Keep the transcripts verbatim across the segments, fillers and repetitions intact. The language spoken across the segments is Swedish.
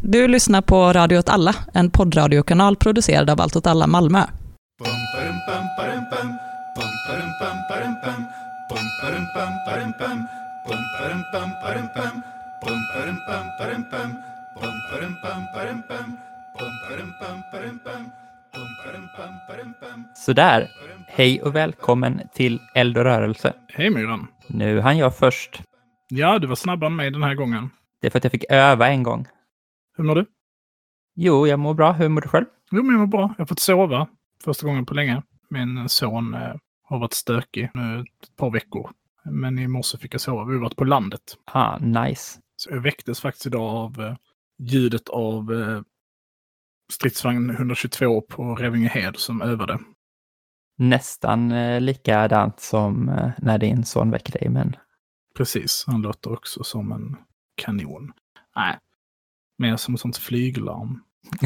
Du lyssnar på Radio åt alla, en poddradiokanal producerad av Allt åt alla Malmö. Så där. Hej och välkommen till Eld och rörelse. Hej Myran. Nu hann jag först. Ja, du var snabbare än mig den här gången. Det är för att jag fick öva en gång. Hur mår du? Jo, jag mår bra. Hur mår du själv? Jo, men jag mår bra. Jag har fått sova första gången på länge. Min son eh, har varit stökig nu ett par veckor. Men i morse fick jag sova. Vi har varit på landet. Ah, nice. Så jag väcktes faktiskt idag av eh, ljudet av eh, stridsvagn etthundratjugotvå på Revingehed som övade. Nästan eh, likadant som eh, när din son väcker dig, men... Precis, han låter också som en kanon. Nej, mer som ett sånt flyglarm.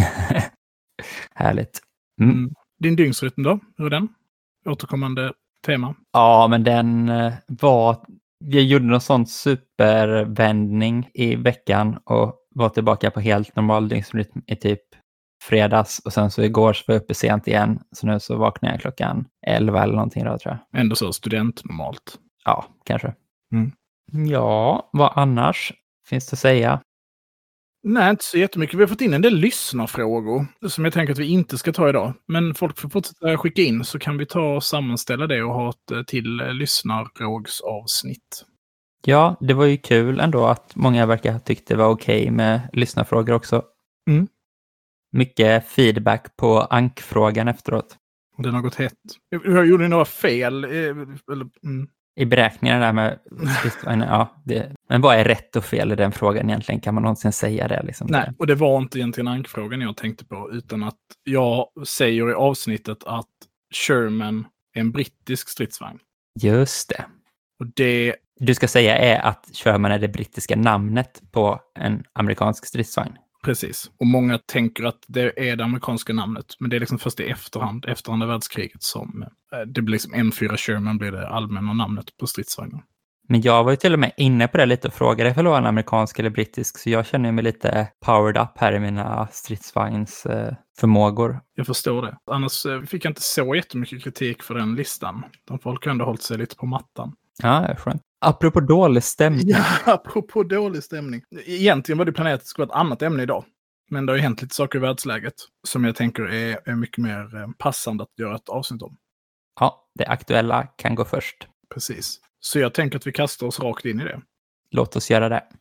Härligt. Mm. Mm. Din dygnsrytm då? Hur är den? Återkommande tema. Ja, men den eh, var... Jag gjorde någon sån supervändning i veckan och var tillbaka på helt normal dygnsrytm i typ fredags. Och sen så igår så var jag uppe sent igen. Så nu så vaknade jag klockan elva eller någonting då, tror jag. Ändå så student normalt. Ja, kanske. Mm. Ja, vad annars finns det att säga? Nej, inte så jättemycket. Vi har fått in en del lyssnarfrågor som jag tänker att vi inte ska ta idag. Men folk får fortsätta skicka in så kan vi ta och sammanställa det och ha ett till lyssnarfrågsavsnitt. Ja, det var ju kul ändå att många verkar ha tyckt det var okej med lyssnarfrågor också. Mm. Mycket feedback på ankfrågan efteråt. Den har gått hett. Jag gjorde några fel. Eller, mm. I beräkningen där med... ja, det, men vad är rätt och fel i den frågan egentligen? Kan man någonsin säga det? Liksom? Nej, och det var inte egentligen ankfrågan jag tänkte på. Utan att jag säger i avsnittet att Sherman är en brittisk stridsvagn. Just det. Och det... Du ska säga är att Sherman är det brittiska namnet på en amerikansk stridsvagn. Precis. Och många tänker att det är det amerikanska namnet. Men det är liksom först i efterhand, efter andra världskriget, som det blir liksom M fyra Sherman blir det allmänna namnet på stridsvagnen. Men jag var ju till och med inne på det lite och frågade ifall det var en amerikansk eller brittisk. Så jag känner mig lite powered up här i mina stridsvagns eh, förmågor. Jag förstår det. Annars eh, fick jag inte så jättemycket kritik för den listan. De folk har ändå hållit sig lite på mattan. Ja, det är skönt. Apropå dålig stämning. Ja, apropå dålig stämning. Egentligen var det planerat att det skulle vara ett annat ämne idag. Men det har ju hänt lite saker i världsläget som jag tänker är, är mycket mer passande att göra ett avsnitt om. Ja, det aktuella kan gå först. Precis. Så jag tänker att vi kastar oss rakt in i det. Låt oss göra det.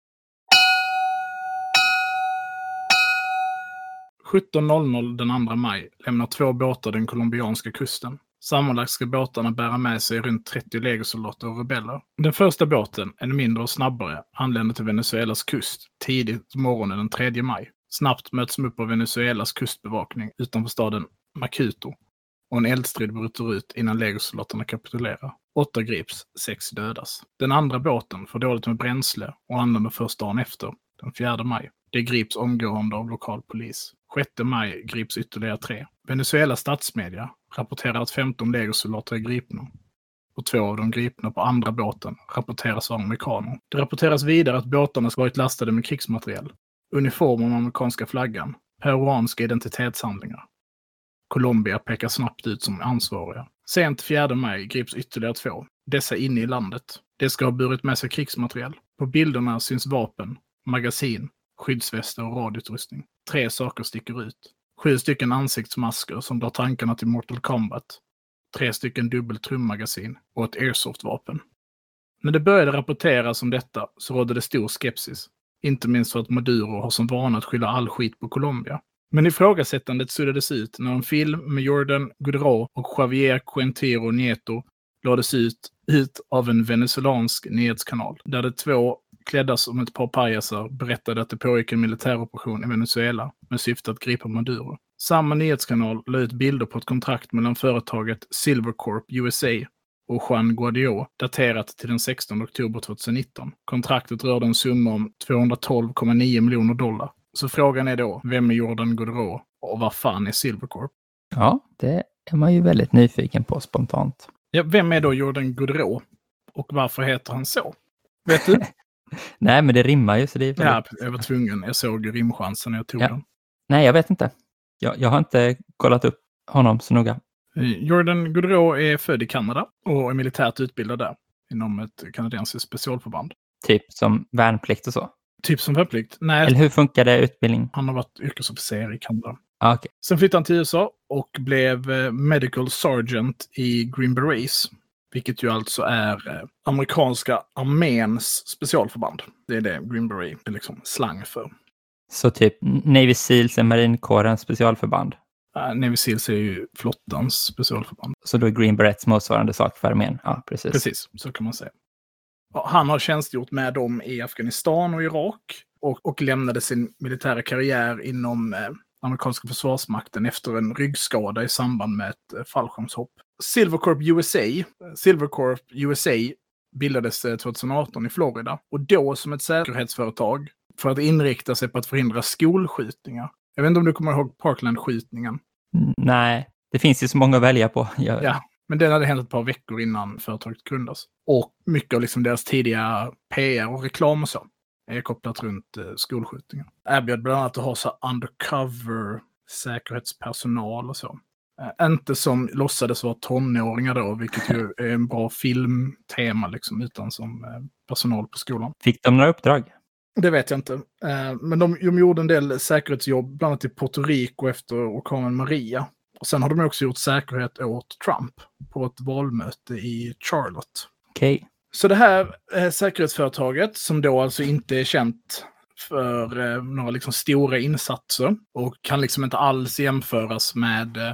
sjutton noll noll den andra maj lämnar två båtar den colombianska kusten. Sammanlagt ska båtarna bära med sig runt trettio legosoldater och rebeller. Den första båten, en mindre och snabbare, anländer till Venezuelas kust tidigt morgonen den tredje maj. Snabbt möts de upp av Venezuelas kustbevakning utanför staden Macuto. Och en eldstrid bryter ut innan legosoldaterna kapitulerar. Åtta grips, sex dödas. Den andra båten får dåligt med bränsle och anländer först dagen efter, den fjärde maj. Det grips omgående av lokal polis. sjätte maj grips ytterligare tre. Venezuelas statsmedia rapporterar att femton legosoldater är gripna. Och två av de gripna på andra båten rapporteras vara amerikaner. Det rapporteras vidare att båtarna ska varit lastade med krigsmateriel. Uniformer med amerikanska flaggan. Peruanska identitetshandlingar. Colombia pekar snabbt ut som ansvariga. Sent fjärde maj grips ytterligare två. Dessa inne i landet. De ska ha burit med sig krigsmateriel. På bilderna syns vapen, magasin, skyddsväster och radioutrustning. Tre saker sticker ut. Sju stycken ansiktsmasker som drar tankarna till Mortal Kombat. Tre stycken dubbeltrummagasin och ett airsoft-vapen. När det började rapporteras om detta så rådde det stor skepsis. Inte minst för att Maduro har som vana att skylla all skit på Colombia. Men ifrågasättandet suddades ut när en film med Jordan Godreau och Javier Quintero Nieto lades ut, ut av en venezuelansk nyhetskanal. Där de två klädda som ett par pajasar berättade att det pågick en militäroperation i Venezuela med syfte att gripa Maduro. Samma nyhetskanal la ut bilder på ett kontrakt mellan företaget Silvercorp U S A och Juan Guaido daterat till den sextonde oktober tjugonitton. Kontraktet rörde en summa om tvåhundratolv komma nio miljoner dollar. Så frågan är då, vem är Jordan Godreau och vad fan är Silvercorp? Ja, det är man ju väldigt nyfiken på spontant. Ja, vem är då Jordan Godreau och varför heter han så? Vet du? Nej, men det rimmar ju. Så det är väldigt... Ja, jag var tvungen. Jag såg rimchansen när jag tog Ja. den. Nej, jag vet inte. Jag, jag har inte kollat upp honom så noga. Jordan Goudreau är född i Kanada och är militärt utbildad där inom ett kanadensiskt specialförband. Typ som värnplikt och så? Typ som värnplikt? Nej. Eller hur funkar det utbildning? Han har varit yrkesofficer i Kanada. Ah, okay. Sen flyttade han till U S A och blev medical sergeant i Green Berets. Vilket ju alltså är amerikanska arméns specialförband. Det är det Green Beret är liksom slang för. Så typ Navy Seals är marinkårens specialförband? Uh, Navy Seals är ju flottans specialförband. Så då är Green Berets motsvarande sak för armén? Ja, precis. Precis, så kan man säga. Han har tjänstgjort med dem i Afghanistan och Irak och, och lämnade sin militära karriär inom eh, amerikanska försvarsmakten efter en ryggskada i samband med ett eh, fallskärmshopp. Silvercorp U S A, Silvercorp U S A bildades eh, tjugoarton i Florida och då som ett säkerhetsföretag för att inrikta sig på att förhindra skolskjutningar. Jag vet inte om du kommer ihåg Parkland-skjutningen? Nej, det finns ju så många att välja på. Jag... Ja. Men den hade hänt ett par veckor innan företaget grundas. Och mycket av liksom deras tidiga P R och reklam och så är kopplat runt eh, skolskjutningar. Erbjöd bland annat att ha så undercover säkerhetspersonal och så. Eh, inte som låtsades vara tonåringar då, vilket ju är en bra filmtema liksom, utan som eh, personal på skolan. Fick de några uppdrag? Det vet jag inte. Eh, men de, de gjorde en del säkerhetsjobb, bland annat i Puerto Rico efter orkanen Maria. Och sen har de också gjort säkerhet åt Trump på ett valmöte i Charlotte. Okej. Okay. Så det här eh, säkerhetsföretaget, som då alltså inte är känt för eh, några liksom stora insatser och kan liksom inte alls jämföras med eh,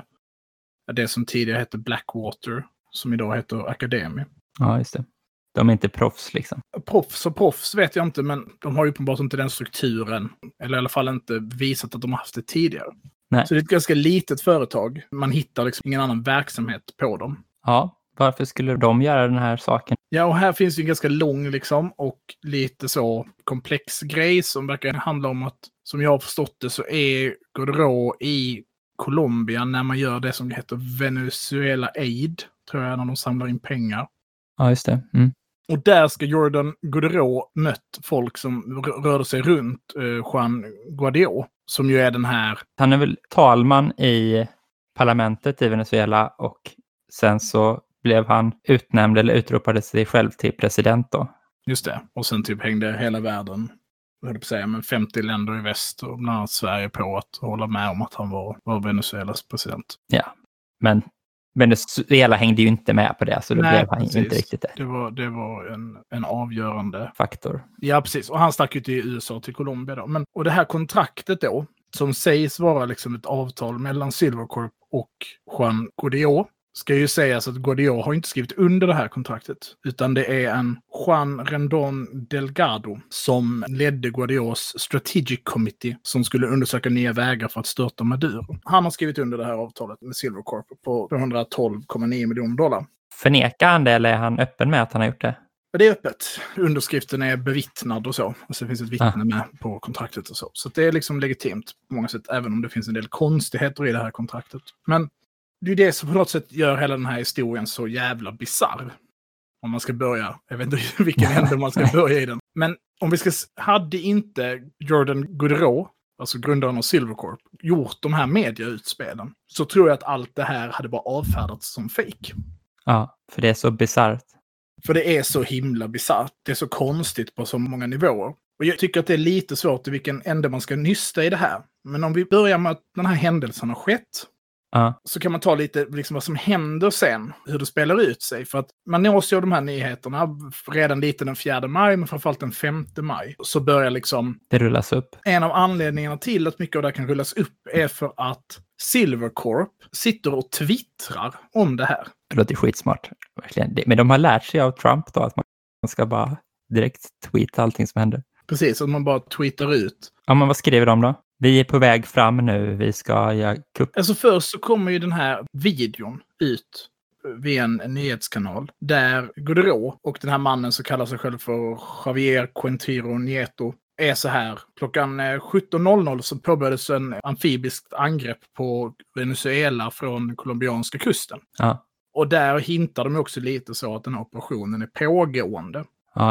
det som tidigare hette Blackwater, som idag heter Academy. Ja, just det. De är inte proffs liksom. Proffs och proffs vet jag inte, men de har ju uppenbart inte den strukturen. Eller i alla fall inte visat att de har haft det tidigare. Nej. Så det är ett ganska litet företag. Man hittar liksom ingen annan verksamhet på dem. Ja, varför skulle de göra den här saken? Ja, och här finns ju en ganska lång liksom och lite så komplex grej som verkar handla om att, som jag har förstått det, så är Goudreau i Colombia när man gör det som heter Venezuela Aid, tror jag, när de samlar in pengar. Ja, just det. Mm. Och där ska Jordan Goudreau mött folk som rörde sig runt eh, Juan Guaidó, som ju är den här... Han är väl talman i parlamentet i Venezuela och sen så blev han utnämnd eller utropade sig själv till president då. Just det. Och sen typ hängde hela världen, jag höll på att säga, men femtio länder i väst och bland annat Sverige på att hålla med om att han var, var Venezuelas president. Ja, men Venezuela hängde ju inte med på det, så då Nej, blev han precis. inte riktigt det. Det var, det var en, en avgörande faktor. Ja, precis. Och han stack ju till U S A, till Colombia då. Men, och det här kontraktet då, som sägs vara liksom ett avtal mellan Silvercorp och Juan Guaidó, ska ju sägas att Guaidó har inte skrivit under det här kontraktet, utan det är en Juan Rendon Delgado som ledde Guaidós Strategic Committee som skulle undersöka nya vägar för att störta Maduro. Han har skrivit under det här avtalet med Silvercorp på hundratolv komma nio miljoner dollar. Förnekar han det eller är han öppen med att han har gjort det? Det är öppet. Underskriften är bevittnad och så. Och så finns ett vittne ah. med på kontraktet och så. Så det är liksom legitimt på många sätt, även om det finns en del konstigheter i det här kontraktet. Men det är det som på något sätt gör hela den här historien så jävla bizarr. Om man ska börja. Jag vet inte vilken ände man ska börja i den. Men om vi ska... Hade inte Jordan Goudreau, alltså grundaren av Silvercorp, gjort de här mediautspelen, så tror jag att allt det här hade bara avfärdats som fake. Ja, för det är så bizarrt. För det är så himla bizarrt. Det är så konstigt på så många nivåer. Och jag tycker att det är lite svårt i vilken ände man ska nysta i det här. Men om vi börjar med att den här händelsen har skett, ja. så kan man ta lite liksom vad som händer sen, hur det spelar ut sig. För att man nås ju av de här nyheterna redan lite den fjärde maj, men framförallt den femte maj. Så börjar liksom... Det rullas upp. En av anledningarna till att mycket av det här kan rullas upp är för att Silvercorp sitter och twittrar om det här. Det låter skitsmart, verkligen. Men de har lärt sig av Trump då att man ska bara direkt tweeta allting som händer. Precis, att man bara tweetar ut. Ja, men vad skriver de då? Vi är på väg fram nu, vi ska göra kupp. Alltså först så kommer ju den här videon ut via en, en nyhetskanal där Goudreau och den här mannen som kallar sig själv för Javier Quintero Nieto är så här. Klockan sjutton noll noll så påbörjades en amfibiskt angrepp på Venezuela från colombianska kusten. Ja. Och där hintar de också lite så att den här operationen är pågående. Ja, ja.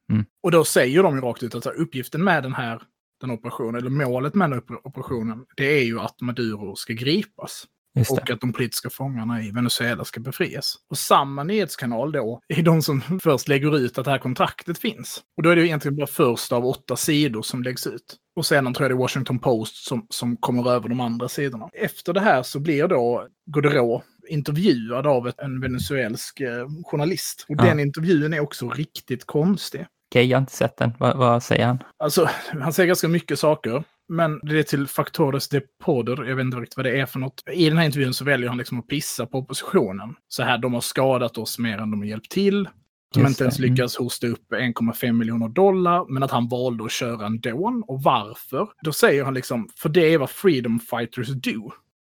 Mm. Och då säger de ju rakt ut att uppgiften med den här den operationen, eller målet med den operationen, det är ju att Maduro ska gripas. Just det. Och att de politiska fångarna i Venezuela ska befrias. Och samma nyhetskanal då är de som först lägger ut att det här kontraktet finns. Och då är det ju egentligen bara första av åtta sidor som läggs ut. Och sedan tror jag det är Washington Post som, som kommer över de andra sidorna. Efter det här så blir då Godreau intervjuad av ett, en venezuelsk eh, journalist. Och Ja. den intervjun är också riktigt konstig. Okej, jag har inte sett den. Va, vad säger han? Alltså, han säger ganska mycket saker. Men det är till Factores de Poder, jag vet inte riktigt vad det är för något. I den här intervjun så väljer han liksom att pissa på oppositionen. Så här, de har skadat oss mer än de har hjälpt till. Som Just inte ens det. Mm. lyckas hosta upp en komma fem miljoner dollar. Men att han valde att köra ändå. Och varför? Då säger han liksom, för det är vad freedom fighters do.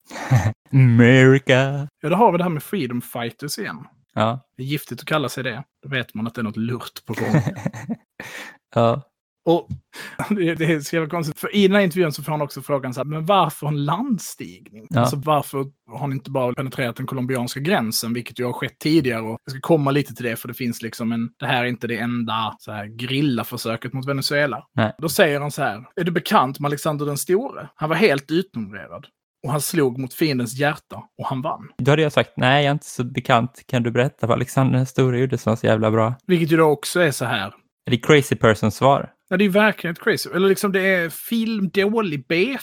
America! Ja, då har vi det här med freedom fighters igen. Ja. Det är giftigt att kalla sig det. Då vet man att det är något lurt på gång. Ja. Och det, det är så jävla konstigt. För i den här intervjun så får han också frågan så här, men varför en landstigning? Ja. Alltså varför har ni inte bara penetrerat den colombianska gränsen, vilket ju har skett tidigare. Och jag ska komma lite till det, för det finns liksom en, det här är inte det enda så här grillaförsöket mot Venezuela. Nej. Då säger han så här, är du bekant med Alexander den store? Han var helt utnumrerad. Och han slog mot fiendens hjärta och han vann. Då hade jag sagt, nej jag är inte så bekant. Kan du berätta vad Alexander den store gjorde som var så jävla bra? Vilket ju då också är så här. Är det crazy person svar? Ja, det är verkligen ett crazy. Eller liksom det är film, dålig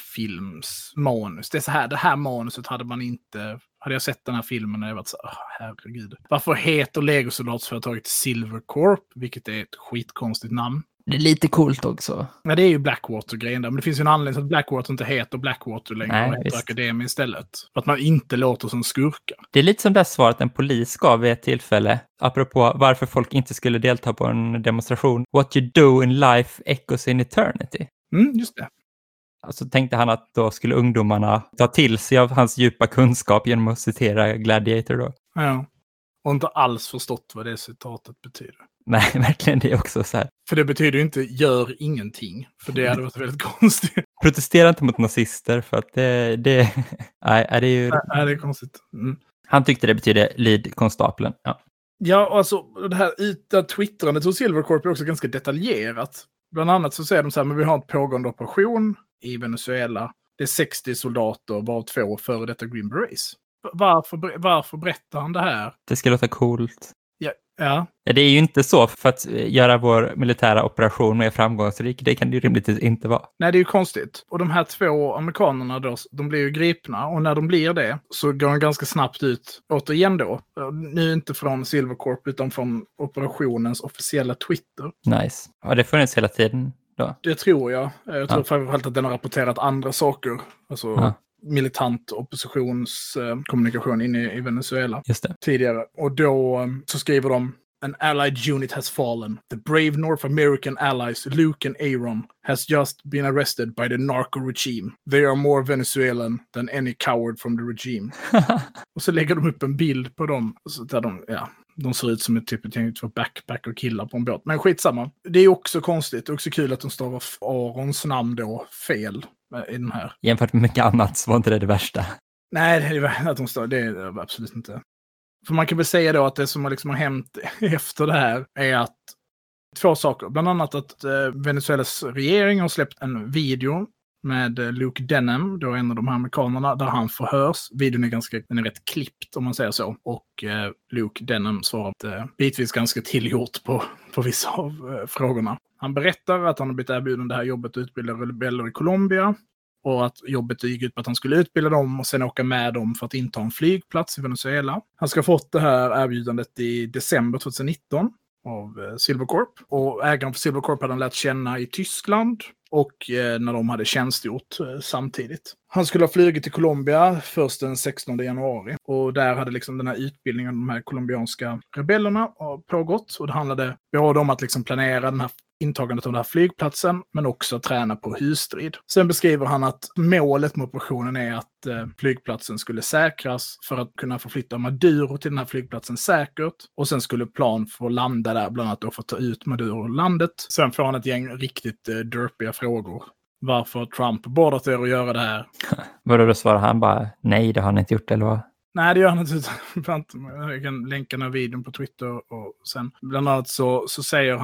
B-filmsmanus. Det är så här, det här manuset hade man inte... Hade jag sett den här filmen och jag varit så här, herregud. Varför heter Legosoldatsföretaget Silvercorp, vilket är ett skitkonstigt namn? Det är lite coolt också. Ja, det är ju Blackwater-grejen där. Men det finns ju en anledning till att Blackwater inte heter Blackwater längre. Nej, och heter visst. Academy istället. För att man inte låter som skurkar. Det är lite som det svaret en polis gav vid ett tillfälle, apropå varför folk inte skulle delta på en demonstration. What you do in life echoes in eternity. Mm, just det. Alltså tänkte han att då skulle ungdomarna ta till sig av hans djupa kunskap genom att citera Gladiator då. Ja. Och inte alls förstått vad det citatet betyder. Nej, verkligen det är också så här. För det betyder ju inte gör ingenting. För det hade varit väldigt konstigt. Protestera inte mot nazister för att det, det, nej, det är ju... Nej, det är konstigt. Mm. Han tyckte det betyder lid-konstapeln. Ja. Ja, alltså det här yta twittrandet hos Silvercorp är också ganska detaljerat. Bland annat så säger de så här, men vi har en pågående operation i Venezuela. Det är sextio soldater, varav två före detta Green Berets. Varför, varför berättar han det här? Det ska låta coolt. Ja, ja. Det är ju inte så för att göra vår militära operation mer framgångsrik. Det kan det ju rimligtvis inte vara. Nej, det är ju konstigt. Och de här två amerikanerna då, de blir ju gripna. Och när de blir det så går de ganska snabbt ut, återigen då. Nu inte från Silvercorp utan från operationens officiella Twitter. Nice. Har det funnits hela tiden då? Det tror jag. Jag tror Ja. framförallt att den har rapporterat andra saker. Alltså Ja. militant oppositionskommunikation eh, inne i Venezuela Just det. tidigare. Och då eh, så skriver de: An allied unit has fallen. The brave North American allies Luke and Aaron has just been arrested by the narco regime. They are more Venezuelan than any coward from the regime. Och så lägger de upp en bild på dem så där de, ja, de ser ut som ett typ ett för backpacker killar på en båt. Men skitsamma. Det är också konstigt. Det är också kul att de stavar Arons namn då fel i den här. Jämfört med mycket annat så var inte det det värsta. Nej, det är att de stavar, det är absolut inte. För man kan väl säga då att det som liksom har hänt efter det här är att två saker. Bland annat att eh, Venezuelas regering har släppt en video med eh, Luke Denham, då en av de här amerikanerna, där han förhörs. Videon är ganska, den är rätt klippt om man säger så. Och eh, Luke Denham svarar eh, bitvis ganska tillgjort på, på vissa av eh, frågorna. Han berättar att han har blivit erbjuden det här jobbet att utbilda rebeller i Colombia. Och att jobbet gick ut på att han skulle utbilda dem och sen åka med dem för att inta en flygplats i Venezuela. Han ska ha fått det här erbjudandet i december tjugonitton av eh, Silvercorp. Och ägaren för Silvercorp hade han lärt känna i Tyskland och eh, när de hade tjänstgjort eh, samtidigt. Han skulle ha flugit till Colombia först den sextonde januari. Och där hade liksom den här utbildningen av de här colombianska rebellerna pågått. Och det handlade både om att liksom planera den här intagandet av den här flygplatsen, men också träna på husstrid. Sen beskriver han att målet med operationen är att eh, flygplatsen skulle säkras för att kunna förflytta Maduro till den här flygplatsen säkert. Och sen skulle plan få landa där, bland annat då för att ta ut Maduro ur landet. Sen får han ett gäng riktigt eh, derpiga frågor. Varför Trump bordat er att göra det här? Vadå, då svarar han bara nej, det har han inte gjort eller vad? Nej, det gör han inte. Jag kan länka den här videon på Twitter och sen bland annat så, så säger han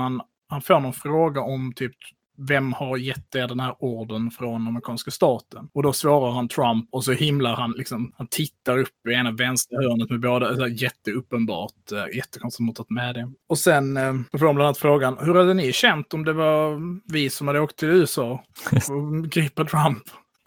han får någon fråga om typ vem har gett er den här orden från amerikanska staten? Och då svarar han Trump och så himlar han liksom, han tittar upp i ena vänstra hörnet med båda, så här, jätteuppenbart, äh, jättekonstigt motat med det. Och sen äh, får de bland annat frågan, hur hade ni känt om det var vi som hade åkt till U S A och gripa Trump?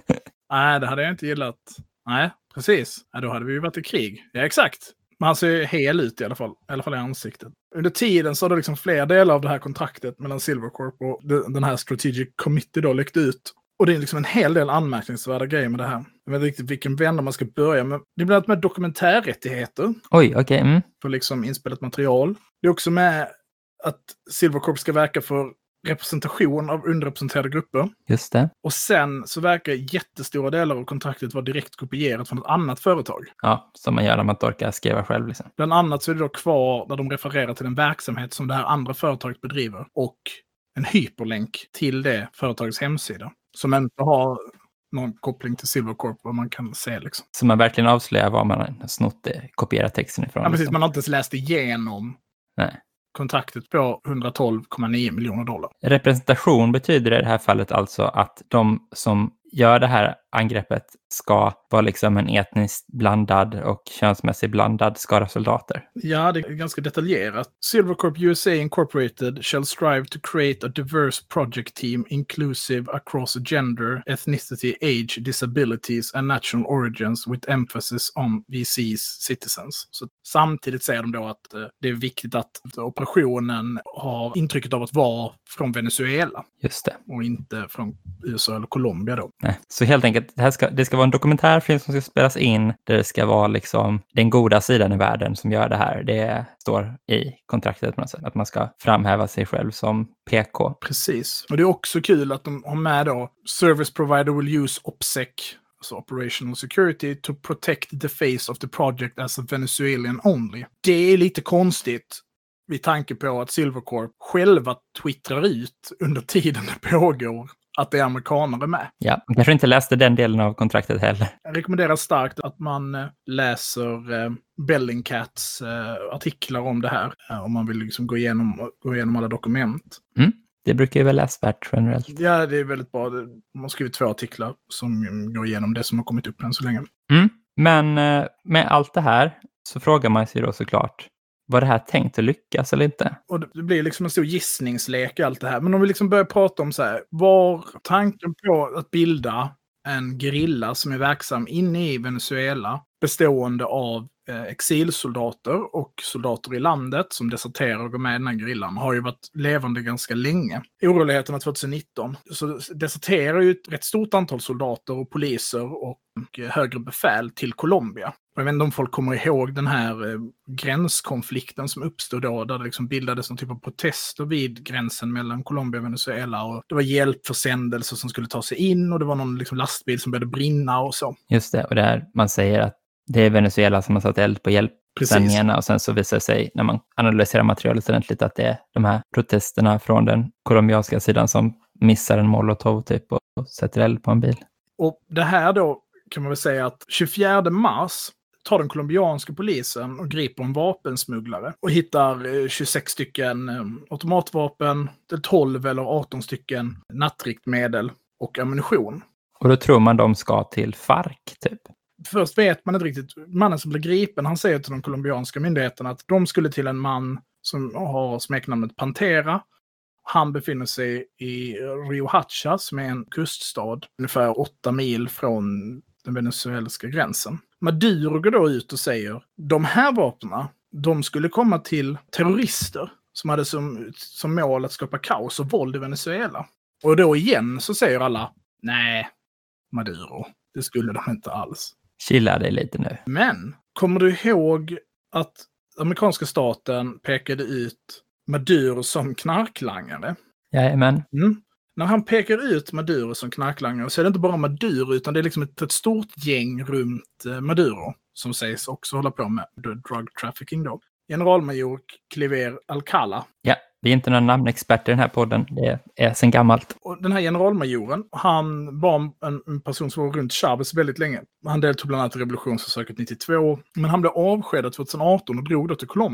Nej, det hade jag inte gillat. Nej, precis. Ja, då hade vi ju varit i krig. Ja, exakt. Men han ser hel ut i alla fall. I alla fall i ansiktet. Under tiden så har det liksom fler delar av det här kontraktet mellan Silvercorp och den här Strategic Committee då läckt ut. Och det är liksom en hel del anmärkningsvärda grejer med det här. Jag vet inte riktigt vilken vända man ska börja med. Det blir med dokumentärrättigheter. Oj, okej. Okay. Mm. För liksom inspelat material. Det är också med att Silvercorp ska verka för representation av underrepresenterade grupper. Just det. Och sen så verkar jättestora delar av kontraktet vara direkt kopierat från ett annat företag. Ja, som man gör när man inte orkar skriva själv. Liksom. Bland annat så är det då kvar där de refererar till en verksamhet som det här andra företaget bedriver. Och en hyperlänk till det företagets hemsida. Som inte har någon koppling till Silvercorp, vad man kan se liksom. Så man verkligen avslöjar vad man har snott, kopierat texten ifrån. Ja, precis. Liksom. Man har inte ens läst igenom Nej. kontraktet på hundratolv komma nio miljoner dollar. Representation betyder i det här fallet alltså att de som gör det här angreppet ska vara liksom en etniskt blandad och könsmässigt blandad skara soldater. Ja, det är ganska detaljerat. Silvercorp U S A Incorporated shall strive to create a diverse project team inclusive across gender, ethnicity, age, disabilities and national origins with emphasis on V C's citizens. Så samtidigt säger de då att eh, det är viktigt att operationen har intrycket av att vara från Venezuela. Just det. Och inte från U S A eller Colombia då. Nej. Så helt enkelt, det, här ska, det ska vara en dokumentärfilm som ska spelas in där det ska vara liksom den goda sidan i världen som gör det här. Det står i kontraktet på något sätt, att man ska framhäva sig själv som P K. Precis. Och det är också kul att de har med då Service provider will use OPSEC, alltså Operational Security, to protect the face of the project as a Venezuelan only. Det är lite konstigt vid tanke på att Silvercorp själva twittrar ut under tiden det pågår att det är amerikanare med. Ja, man kanske inte läste den delen av kontraktet heller. Jag rekommenderar starkt att man läser eh, Bellingcats eh, artiklar om det här. Eh, om man vill liksom gå igenom, gå igenom alla dokument. Mm. Det brukar ju vara läsvärt generellt. Ja, det är väldigt bra. Man har skrivit två artiklar som går igenom det som har kommit upp än så länge. Mm. Men eh, med allt det här så frågar man sig då såklart, var det här tänkt att lyckas eller inte? Och det blir liksom en stor gissningslek i allt det här. Men om vi liksom börjar prata om så här, var tanken på att bilda en gerilla som är verksam inne i Venezuela bestående av eh, exilsoldater och soldater i landet som deserterar och går med i den här gerillan har ju varit levande ganska länge. Oroligheterna tjugonitton så deserterar ju ett rätt stort antal soldater och poliser och högre befäl till Colombia. Jag vet inte om folk kommer ihåg den här eh, gränskonflikten som uppstod då, där det liksom bildades någon typ av protester vid gränsen mellan Colombia och Venezuela. Och det var hjälpförsändelser som skulle ta sig in och det var någon liksom lastbil som började brinna och så. Just det, och där man säger att det är Venezuela som har satt eld på hjälpsändningarna och sen så visar det sig när man analyserar materialet ordentligt att det är de här protesterna från den colombianska sidan som missar en molotov typ och, och sätter eld på en bil. Och det här då kan man väl säga att tjugofjärde mars tar den colombianska polisen och griper en vapensmugglare och hittar tjugosex stycken automatvapen, tolv eller arton stycken nattriktmedel och ammunition. Och då tror man de ska till FARC typ? Först vet man inte riktigt. Mannen som blir gripen, han säger till de colombianska myndigheterna att de skulle till en man som har smeknamnet Pantera. Han befinner sig i Rio Hacha som är en kuststad ungefär åtta mil från den venezuelska gränsen. Maduro går då ut och säger de här vapnen, de skulle komma till terrorister som hade som, som mål att skapa kaos och våld i Venezuela. Och då igen så säger alla, nej, Maduro, det skulle de inte alls. Chilla dig lite nu. Men, kommer du ihåg att amerikanska staten pekade ut Maduro som knarklangare? Jajamän. Mm. När han pekar ut Maduro som knarklangare så är det inte bara Maduro utan det är liksom ett, ett stort gäng runt Maduro som sägs också hålla på med drug trafficking då. Generalmajor Cliver Alcala. Ja, vi är inte några namnexperter i den här podden. Det är sedan gammalt. Och den här generalmajoren, han var en, en person som var runt Chavez väldigt länge. Han deltog bland annat i revolutionsförsöket nittiotvå. Men han blev avskedad tjugoarton och drog då till Colombia.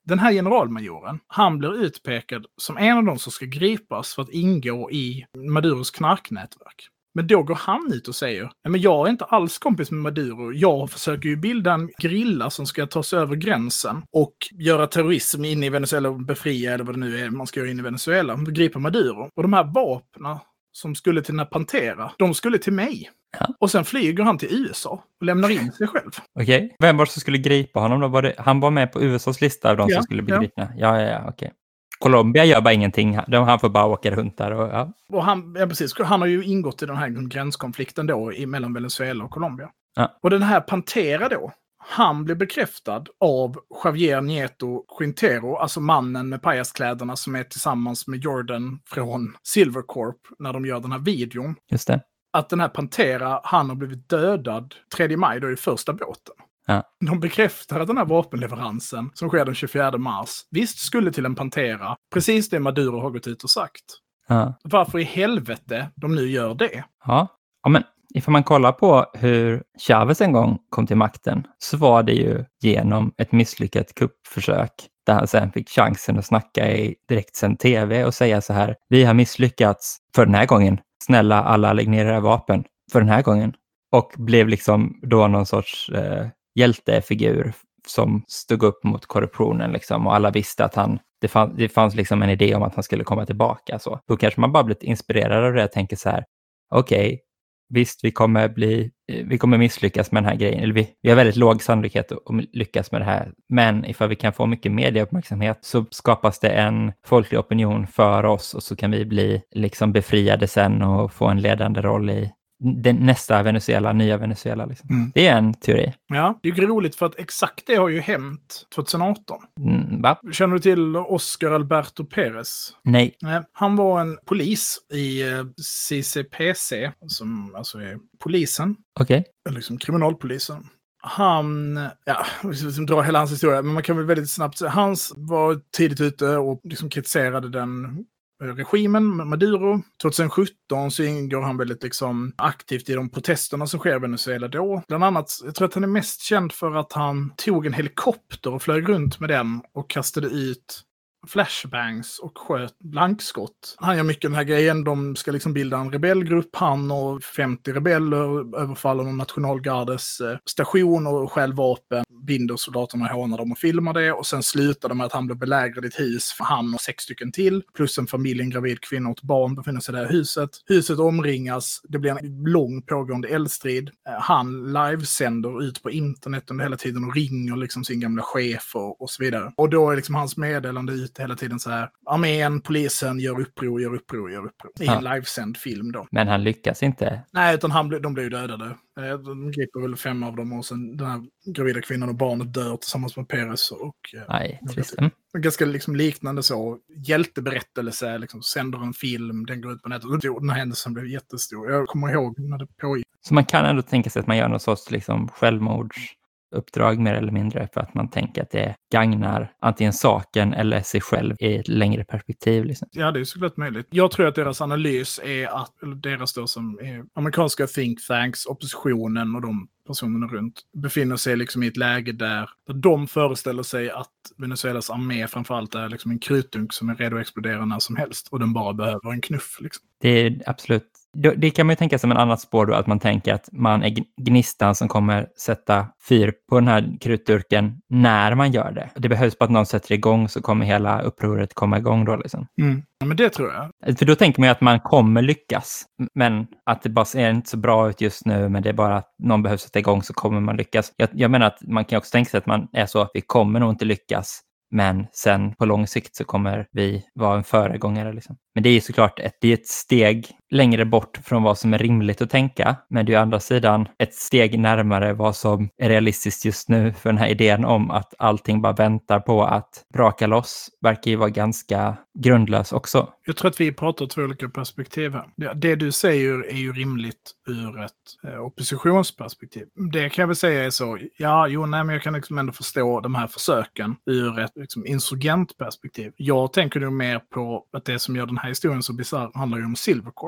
Den här generalmajoren, han blir utpekad som en av de som ska gripas för att ingå i Maduros knarknätverk. Men då går han ut och säger, nej men jag är inte alls kompis med Maduro. Jag försöker ju bilda en grilla som ska ta sig över gränsen och göra terrorism in i Venezuela och befria, eller vad det nu är man ska göra in i Venezuela. Och gripa Maduro. Och de här vapnen som skulle till den här Pantera, de skulle till mig. Ja. Och sen flyger han till U S A och lämnar in sig själv. Okej. Okay. Vem var det som skulle gripa honom då? Var det, han var med på U S A:s lista av de ja, som skulle bli ja. gripna? Ja, ja, ja, okej. Okay. Colombia gör bara ingenting. De, han får bara åka runt där. Och, ja. och han, ja, precis, han har ju ingått i den här gränskonflikten då i, mellan Venezuela och Colombia. Ja. Och den här Pantera då, han blir bekräftad av Javier Nieto Quintero, alltså mannen med pajaskläderna som är tillsammans med Jordan från Silvercorp när de gör den här videon. Just det. Att den här Pantera, han har blivit dödad tredje maj då i första båten. Ja. De bekräftar att den här vapenleveransen som sker den tjugofjärde mars visst skulle till en Pantera. Precis det Maduro har gått ut och sagt. Ja. Varför i helvete de nu gör det? Ja, ja men ifall man kollar på hur Chávez en gång kom till makten så var det ju genom ett misslyckat kuppförsök där han sen fick chansen att snacka i direktsänd tv och säga så här: vi har misslyckats för den här gången. Snälla alla, lägg ner era vapen för den här gången. Och blev liksom då någon sorts eh, hjältefigur som stod upp mot korruptionen liksom, och alla visste att han, det, fann, det fanns liksom en idé om att han skulle komma tillbaka. Så. Då kanske man bara blivit inspirerad av det och tänker så här: okej, okay, visst vi kommer, bli, vi kommer misslyckas med den här grejen, eller vi, vi har väldigt låg sannolikhet att lyckas med det här, men ifall vi kan få mycket medieuppmärksamhet så skapas det en folklig opinion för oss och så kan vi bli liksom befriade sen och få en ledande roll i den nästa Venezuela, nya Venezuela. Liksom. Mm. Det är en teori. Ja, det är ju roligt för att exakt det har ju hänt tjugoarton. Mm, va? Känner du till Oscar Alberto Pérez? Nej. Nej. Han var en polis i C C P C, som alltså är polisen. Okej. Okay. Liksom kriminalpolisen. Han, ja, liksom drar hela hans historia, men man kan väl väldigt snabbt säga, han var tidigt ute och liksom kritiserade den regimen, Maduro. tjugohundrasjutton så ingår han väldigt liksom aktivt i de protesterna som sker i Venezuela då. Bland annat, jag tror att han är mest känd för att han tog en helikopter och flög runt med den och kastade ut flashbangs och sköt blankskott. Han gör mycket den här grejen. De ska liksom bilda en rebellgrupp. Han och femtio rebeller överfaller någon nationalgardes station och stjäl vapen. Binder soldaterna, hånar dem och filmar det. Och sen slutar det med att han blir belägrad i ett hus. Han och sex stycken till. Plus en familj, en gravid kvinna och ett barn befinner sig i det här huset. Huset omringas. Det blir en lång pågående eldstrid. Han livesänder ut på internet under hela tiden och ringer liksom sin gamla chef och, och så vidare. Och då är liksom hans meddelande ut hela tiden så här: armén, polisen gör uppror, gör uppror, gör uppror. I en ja. livesänd film då. Men han lyckas inte? Nej, utan han, de blir ju dödade. De griper väl fem av dem och sen den här gravida kvinnan och barnet dör tillsammans med Pérez. Och, Nej, trist. Mm. Ganska liksom liknande så. Hjälteberättelse, liksom, sänder en film, den går ut på nätet. Och den här händelsen blev jättestor. Jag kommer ihåg när det pågick. Så man kan ändå tänka sig att man gör någon sorts liksom, självmords uppdrag mer eller mindre för att man tänker att det gagnar antingen saken eller sig själv i ett längre perspektiv. Liksom. Ja, det är såklart möjligt. Jag tror att deras analys är att, eller deras då som är amerikanska think tanks, oppositionen och de personerna runt befinner sig liksom i ett läge där, där de föreställer sig att Venezuelas armé framförallt är liksom en krutdunk som är redo att explodera när som helst och den bara behöver en knuff. Liksom. Det är absolut. Det kan man ju tänka som en annat spår då, att man tänker att man är gnistan som kommer sätta fyr på den här krutdurken när man gör det. Det behövs bara att någon sätter igång så kommer hela upproret komma igång då liksom. Mm. Ja, men det tror jag. För då tänker man ju att man kommer lyckas, men att det bara ser inte så bra ut just nu, men det är bara att någon behöver sätta igång så kommer man lyckas. Jag, jag menar att man kan också tänka sig att man är så, vi kommer nog inte lyckas, men sen på lång sikt så kommer vi vara en föregångare. Liksom. Men det är ju såklart ett, det är ett steg längre bort från vad som är rimligt att tänka. Men det är å andra sidan ett steg närmare vad som är realistiskt just nu. För den här idén om att allting bara väntar på att braka loss verkar ju vara ganska grundlös också. Jag tror att vi pratar två olika perspektiv här. Det, det du säger är ju rimligt ur ett eh, oppositionsperspektiv. Det kan jag väl säga är så, ja, jo, nej, men jag kan liksom ändå förstå de här försöken ur ett liksom, insurgentperspektiv. Jag tänker nog mer på att det som gör den här historien så bizarr handlar ju om Silvercorp.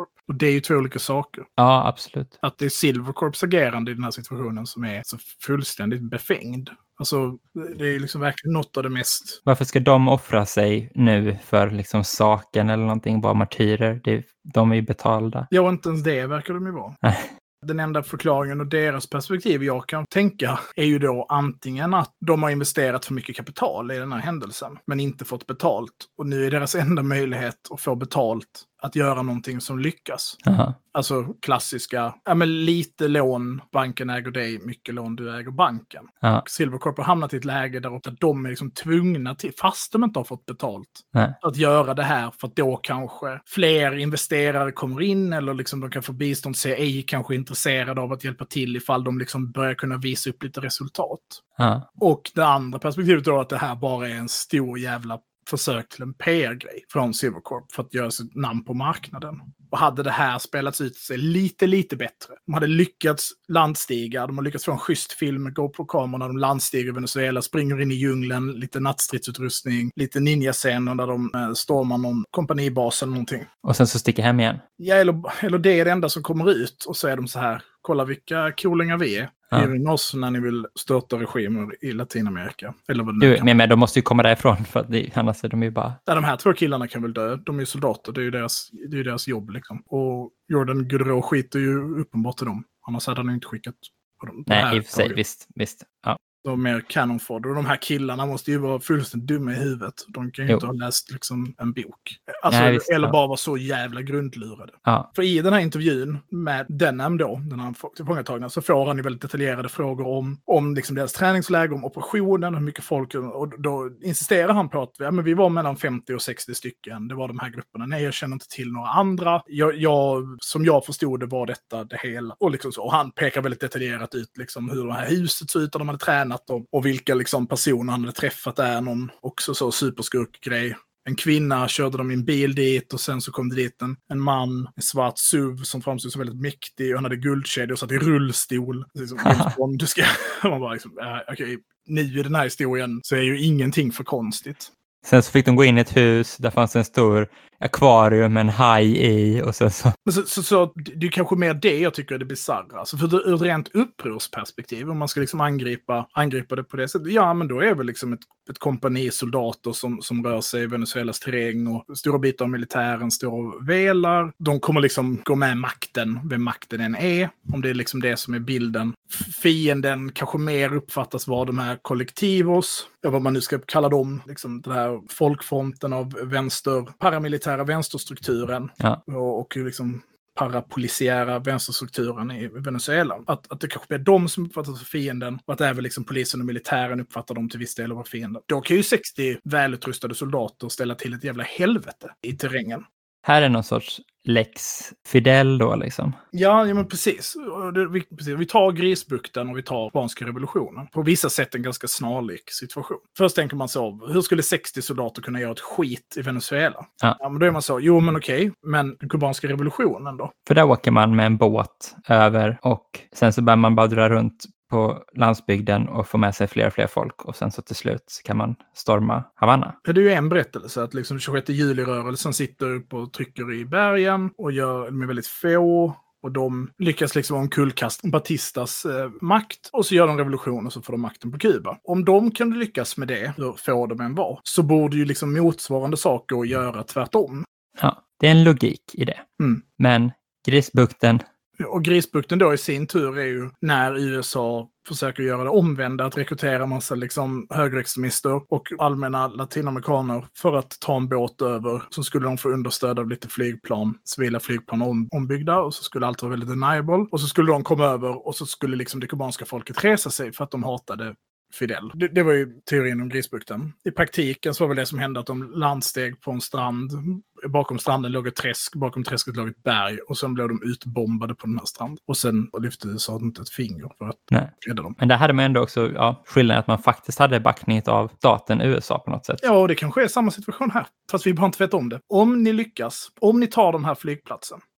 Silvercorp. Och det är ju två olika saker. Ja, absolut. Att det är Silvercorps agerande i den här situationen som är så fullständigt befängd. Alltså, det är liksom verkligen något av det mest... Varför ska de offra sig nu för liksom saken eller någonting, vara martyrer? Det, de är ju betalda. Ja, inte ens det verkar de ju vara. Den enda förklaringen och deras perspektiv jag kan tänka är ju då antingen att de har investerat för mycket kapital i den här händelsen men inte fått betalt. Och nu är deras enda möjlighet att få betalt att göra någonting som lyckas. Aha. Alltså klassiska, ja men lite lån, banken äger dig, mycket lån, du äger banken. Ja. Silvercorp har hamnat i ett läge där de är liksom tvungna till, fast de inte har fått betalt, Nej. att göra det här för att då kanske fler investerare kommer in eller liksom de kan få bistånd, C I kanske är intresserade av att hjälpa till ifall de liksom börjar kunna visa upp lite resultat. Ja. Och det andra perspektivet då att det här bara är en stor jävla försök till en P R-grej från Silvercorp för att göra sitt namn på marknaden. Och hade det här spelats ut sig lite, lite bättre. De hade lyckats landstiga, de har lyckats få en schysst film med GoPro-kamerorna, de landstiger i Venezuela, springer in i djungeln, lite nattstridsutrustning, lite ninja-scener där de eh, stormar någon kompanibas eller någonting. Och sen så sticker hem igen. Ja, eller, eller det är det enda som kommer ut och så är de så här, kolla vilka coolingar vi är. Ja. Ring oss när ni vill störta regimer i Latinamerika. Eller vad det nu Du, kan. men, men de måste ju komma därifrån för att det, annars är de ju bara... Ja, de här två killarna kan väl dö. De är ju soldater, det är ju deras, det är ju deras jobb liksom. Och Jordan Goudreau skiter ju uppenbart till dem. Annars hade han ju inte skickat på dem. På det Nej, här i och för sig, taget. visst, visst. Ja. De är canon fodder. Och de här killarna måste ju vara fullständigt dumma i huvudet. De kan ju Jo. inte ha läst liksom en bok. Alltså, Nej, visst, eller ja. bara vara så jävla grundlurade. Ja. För i den här intervjun med Denham då, den här tillfångatagna, så får han ju väldigt detaljerade frågor om, om liksom deras träningsläge, om operationen, hur mycket folk, och då insisterar han på att ja, men vi var mellan femtio och sextio stycken, det var de här grupperna. Nej, jag känner inte till några andra. Jag, jag, som jag förstod det var detta det hela. Och, liksom så. Och han pekar väldigt detaljerat ut liksom hur det här huset såg ut, där de hade tränat och, och vilka liksom personer han hade träffat där, någon också så superskurk-grej. En kvinna körde dem i en bil dit och sen så kom det dit en, en man, en svart S U V som framstod som väldigt mäktig och han hade guldkedjor och satt i rullstol. Liksom, du ska, man bara liksom, äh, okej, okay, nu i den här historien så är ju ingenting för konstigt. Sen så fick de gå in i ett hus, där fanns en stor akvarium med en haj i och så så. Men så, så, så det är kanske mer det jag tycker är det bizarra. Alltså för ur ett rent upprorsperspektiv, om man ska liksom angripa, angripa det på det sättet, ja men då är väl liksom ett, ett kompani soldater som, som rör sig i Venezuelas terräng och stora bitar av militären står och velar. De kommer liksom gå med makten, vem makten än är, om det är liksom det som är bilden. Fienden kanske mer uppfattas vara de här kollektivos, vad man nu ska kalla dem, liksom den här folkfronten av vänster, paramilitära vänsterstrukturen Ja. och, och liksom parapolisiära vänsterstrukturen i Venezuela. Att, att det kanske är de som uppfattas som fienden och att även liksom polisen och militären uppfattar dem till viss del av fienden. Då kan ju sextio välutrustade soldater ställa till ett jävla helvete i terrängen. Här är någon sorts Lex Fidel då liksom. Ja, ja men precis. Det, vi, precis. Vi tar Grisbukten och vi tar kubanska revolutionen. På vissa sätt en ganska snarlik situation. Först tänker man så, hur skulle sextio soldater kunna göra ett skit i Venezuela? Ja. Ja men då är man så, jo men okej, men den kubanska revolutionen då? För där åker man med en båt över och sen så börjar man bara dra runt på landsbygden och få med sig fler och fler folk och sen så till slut kan man storma Havanna. Det är ju en berättelse att liksom tjugosjätte juli-rörelsen sitter upp och trycker i bergen och gör med väldigt få och de lyckas liksom omkullkasta Batistas eh, makt och så gör de revolution och så får de makten på Kuba. Om de kunde lyckas med det, hur få de än var, så borde ju liksom motsvarande saker att göra tvärtom. Ja, det är en logik i det. Mm. Men Grisbukten. Och Grisbukten då i sin tur är ju när U S A försöker göra det omvända, att rekrytera massa liksom högerextremister och allmänna latinamerikaner för att ta en båt över, så skulle de få understöd av lite flygplan, civila flygplan om, ombyggda och så skulle allt vara väldigt deniable och så skulle de komma över och så skulle liksom det kubanska folket resa sig för att de hatade Fidel. Det, det var ju teorin om Grisbukten. I praktiken så var väl det som hände att de landsteg på en strand. Bakom stranden låg ett träsk, bakom träsket låg ett berg och sen blev de utbombade på den här stranden. Och sen lyfte U S A inte ett finger för att Nej. rädda dem. Men där hade man ändå också ja, skillnaden att man faktiskt hade backning av staten U S A på något sätt. Ja, och det kanske är samma situation här. Fast vi bara inte vet om det. Om ni lyckas, om ni tar den här flygplatsen,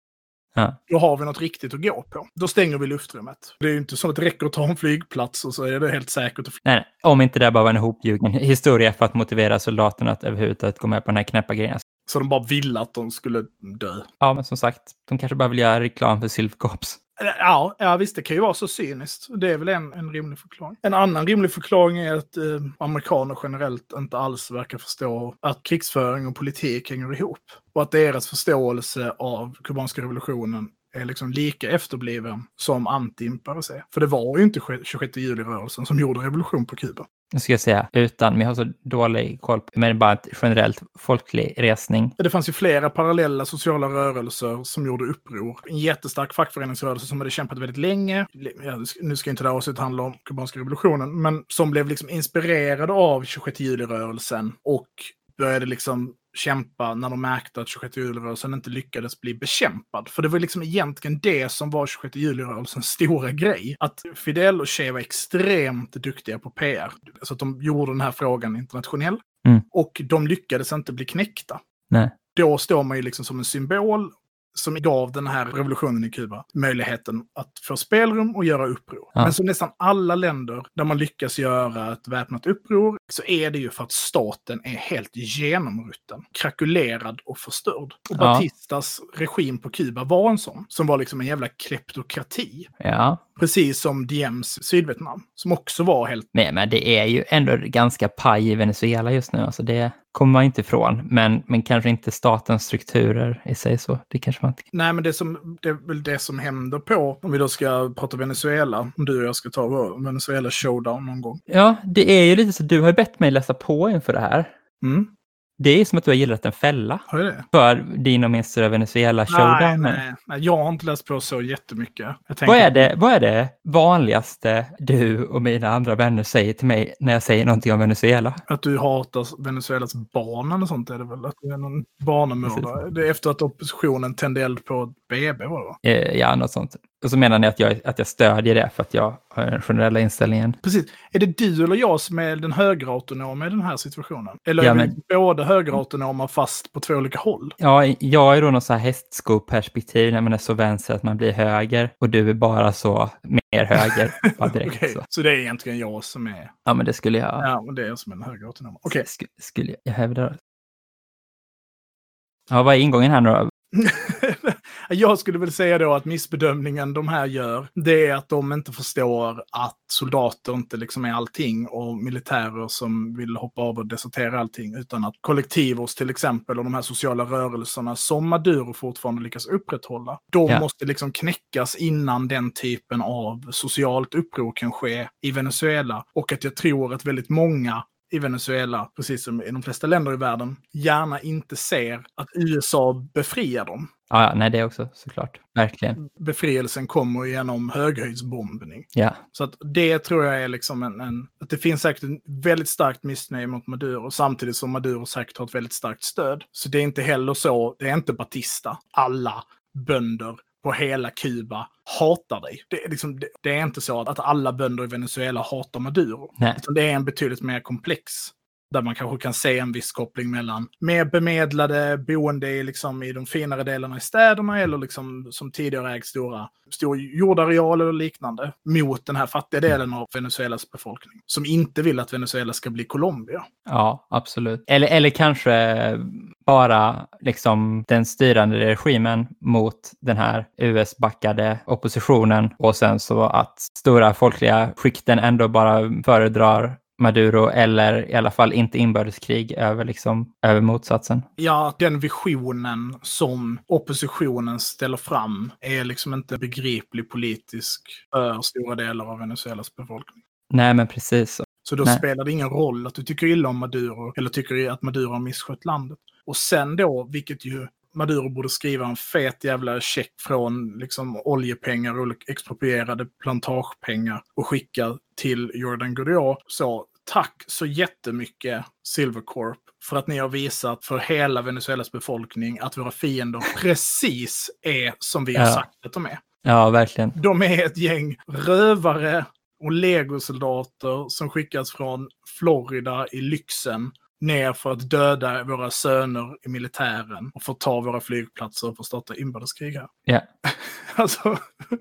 Ja. Då har vi något riktigt att gå på. Då stänger vi luftrummet. Det är ju inte så att det räcker att ta en flygplats och så är det helt säkert att fly- Nej, nej, om inte det bara var en hopljugen historia för att motivera soldaterna att överhuvudtaget gå med på den här knäppa grejen. Så de bara ville att de skulle dö. Ja, men som sagt, de kanske bara vill göra reklam för Silvercorps. Ja, ja, visst, det kan ju vara så cyniskt. Det är väl en, en rimlig förklaring. En annan rimlig förklaring är att eh, amerikaner generellt inte alls verkar förstå att krigsföring och politik hänger ihop. Och att deras förståelse av kubanska revolutionen är liksom lika efterbliven som anti-impares är. För det var ju inte tjugosjätte juli-rörelsen som gjorde revolution på Kuba. Nu ska jag säga, utan, men jag har så dålig koll på, men bara ett generellt folklig resning. Det fanns ju flera parallella sociala rörelser som gjorde uppror. En jättestark fackföreningsrörelse som hade kämpat väldigt länge. Ja, nu ska inte det här avsnittet handla om kubanska revolutionen, men som blev liksom inspirerade av tjugosjätte juli-rörelsen och började liksom kämpa när de märkte att tjugosjätte juli-rörelsen inte lyckades bli bekämpad. För det var liksom egentligen det som var tjugosjätte juli-rörelsens stora grej. Att Fidel och Che var extremt duktiga på P R. Så att de gjorde den här frågan internationell. Mm. Och de lyckades inte bli knäckta. Nej. Då står man ju liksom som en symbol som gav den här revolutionen i Kuba möjligheten att få spelrum och göra uppror. Ja. Men som nästan alla länder där man lyckas göra ett väpnat uppror så är det ju för att staten är helt genomrutten, krakulerad och förstörd. Och Ja. Batistas regim på Kuba var en sån, som var liksom en jävla kleptokrati. Ja. Precis som Diems Sydvietnam, som också var helt... Nej, men det är ju ändå ganska paj i Venezuela just nu. Alltså det kommer man inte ifrån. Men, men kanske inte statens strukturer i sig så. Det kanske man inte kan. Nej, men det, som, det är väl det som händer på, om vi då ska prata Venezuela, om du och jag ska ta vår Venezuela showdown någon gång. Ja, det är ju lite så. Du har ju bett mig läsa på inför det här. Mm. Det är som att du har gillat en fälla Har jag det? för din och min stora Venezuela showdown. Nej, nej, nej, jag har inte läst på så jättemycket. Jag tänker, Vad är, det, vad är det vanligaste du och mina andra vänner säger till mig när jag säger någonting om Venezuela? Att du hatar Venezuelas barn eller sånt är det väl? Att du är någon barnamördare. Det är efter att oppositionen tände eld på ett B B, var det? Eh, ja, något sånt. Och så menar ni att jag, att jag stödjer det för att jag har den generella inställningen. Precis. Är det du eller jag som är den högerautonoma i den här situationen? Eller Ja, är men... vi båda högerautonoma fast på två olika håll? Ja, jag är då någon så här hästskoperspektiv när man är så vänster att man blir höger. Och du är bara så mer höger. Bara direkt, okay. så. så det är egentligen jag som är... Ja, men det skulle jag... Ja, men det är jag som är den högerautonoma. Okej. Okay. Sk- skulle jag hävda. Ja, vad är ingången här nu då? Jag skulle väl säga då att missbedömningen de här gör, det är att de inte förstår att soldater inte liksom är allting och militärer som vill hoppa av och desertera allting, utan att kollektivos till exempel och de här sociala rörelserna som Maduro fortfarande lyckas upprätthålla, de ja. måste liksom knäckas innan den typen av socialt uppror kan ske i Venezuela. Och att jag tror att väldigt många i Venezuela, precis som i de flesta länder i världen, gärna inte ser att U S A befriar dem. Ja, nej, det är också såklart. Verkligen. Befrielsen kommer genom höghöjdsbombning. Ja. Så att det tror jag är liksom en, en... Att det finns säkert en väldigt starkt missnöje mot Maduro, samtidigt som Maduro säkert har ett väldigt starkt stöd. Så det är inte heller så, det är inte Batista. Alla bönder på hela Kuba hatar dig. Det är, liksom, det, det är inte så att alla bönder i Venezuela hatar Maduro. Nej. Utan det är en betydligt mer komplex, där man kanske kan se en viss koppling mellan mer bemedlade boende i, liksom, i de finare delarna i städerna eller liksom, som tidigare ägt stora, stora jordarealer och liknande mot den här fattiga delen av Venezuelas befolkning som inte vill att Venezuela ska bli Colombia. Ja, absolut. Eller, eller kanske bara liksom den styrande regimen mot den här U S-backade oppositionen och sen så att stora folkliga skikten ändå bara föredrar Maduro eller i alla fall inte inbördeskrig över, liksom, över motsatsen. Ja, den visionen som oppositionen ställer fram är liksom inte begriplig politisk för stora delar av Venezuelas befolkning. Nej, men precis. Så då Nej. spelar det ingen roll att du tycker illa om Maduro eller tycker att Maduro har misskött landet. Och sen då, vilket ju Maduro borde skriva en fet jävla check från liksom oljepengar och exproprierade plantagepengar och skicka till Jordan Goudreau. Så tack så jättemycket Silvercorp för att ni har visat för hela Venezuelas befolkning att våra fiender precis är som vi har Ja. sagt att de är. Ja, verkligen. De är ett gäng rövare och legosoldater som skickas från Florida i lyxen ner för att döda våra söner i militären och få ta våra flygplatser och få starta inbördeskrig här. Ja. Alltså,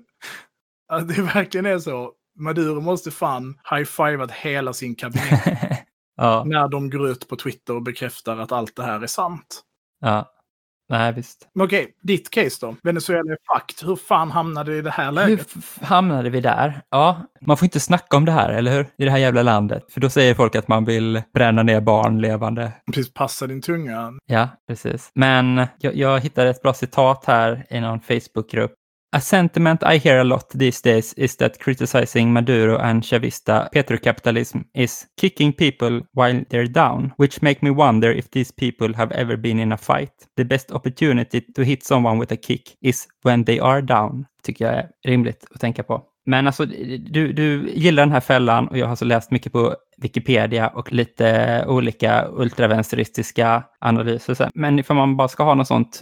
att det verkligen är så. Maduro måste fan high-fivat hela sin kabinett Ja. när de går ut på Twitter och bekräftar att allt det här är sant. Ja. Nej, visst. Men okej, ditt case då. Venezuela är fakt. Hur fan hamnade det i det här Hur läget? f- hamnade vi där? Ja, man får inte snacka om det här, eller hur? I det här jävla landet. För då säger folk att man vill bränna ner barn levande. Precis, passa din tunga. Ja, precis. Men jag, jag hittade ett bra citat här i någon Facebookgrupp. A sentiment I hear a lot these days is that criticizing Maduro and Chavista petrocapitalism is kicking people while they're down, which make me wonder if these people have ever been in a fight. The best opportunity to hit someone with a kick is when they are down. Tycker jag är rimligt att tänka på. Men alltså, du, du gillar den här fällan och jag har så läst mycket på Wikipedia och lite olika ultravensteristiska analyser. Så. Men ifall man bara ska ha något sånt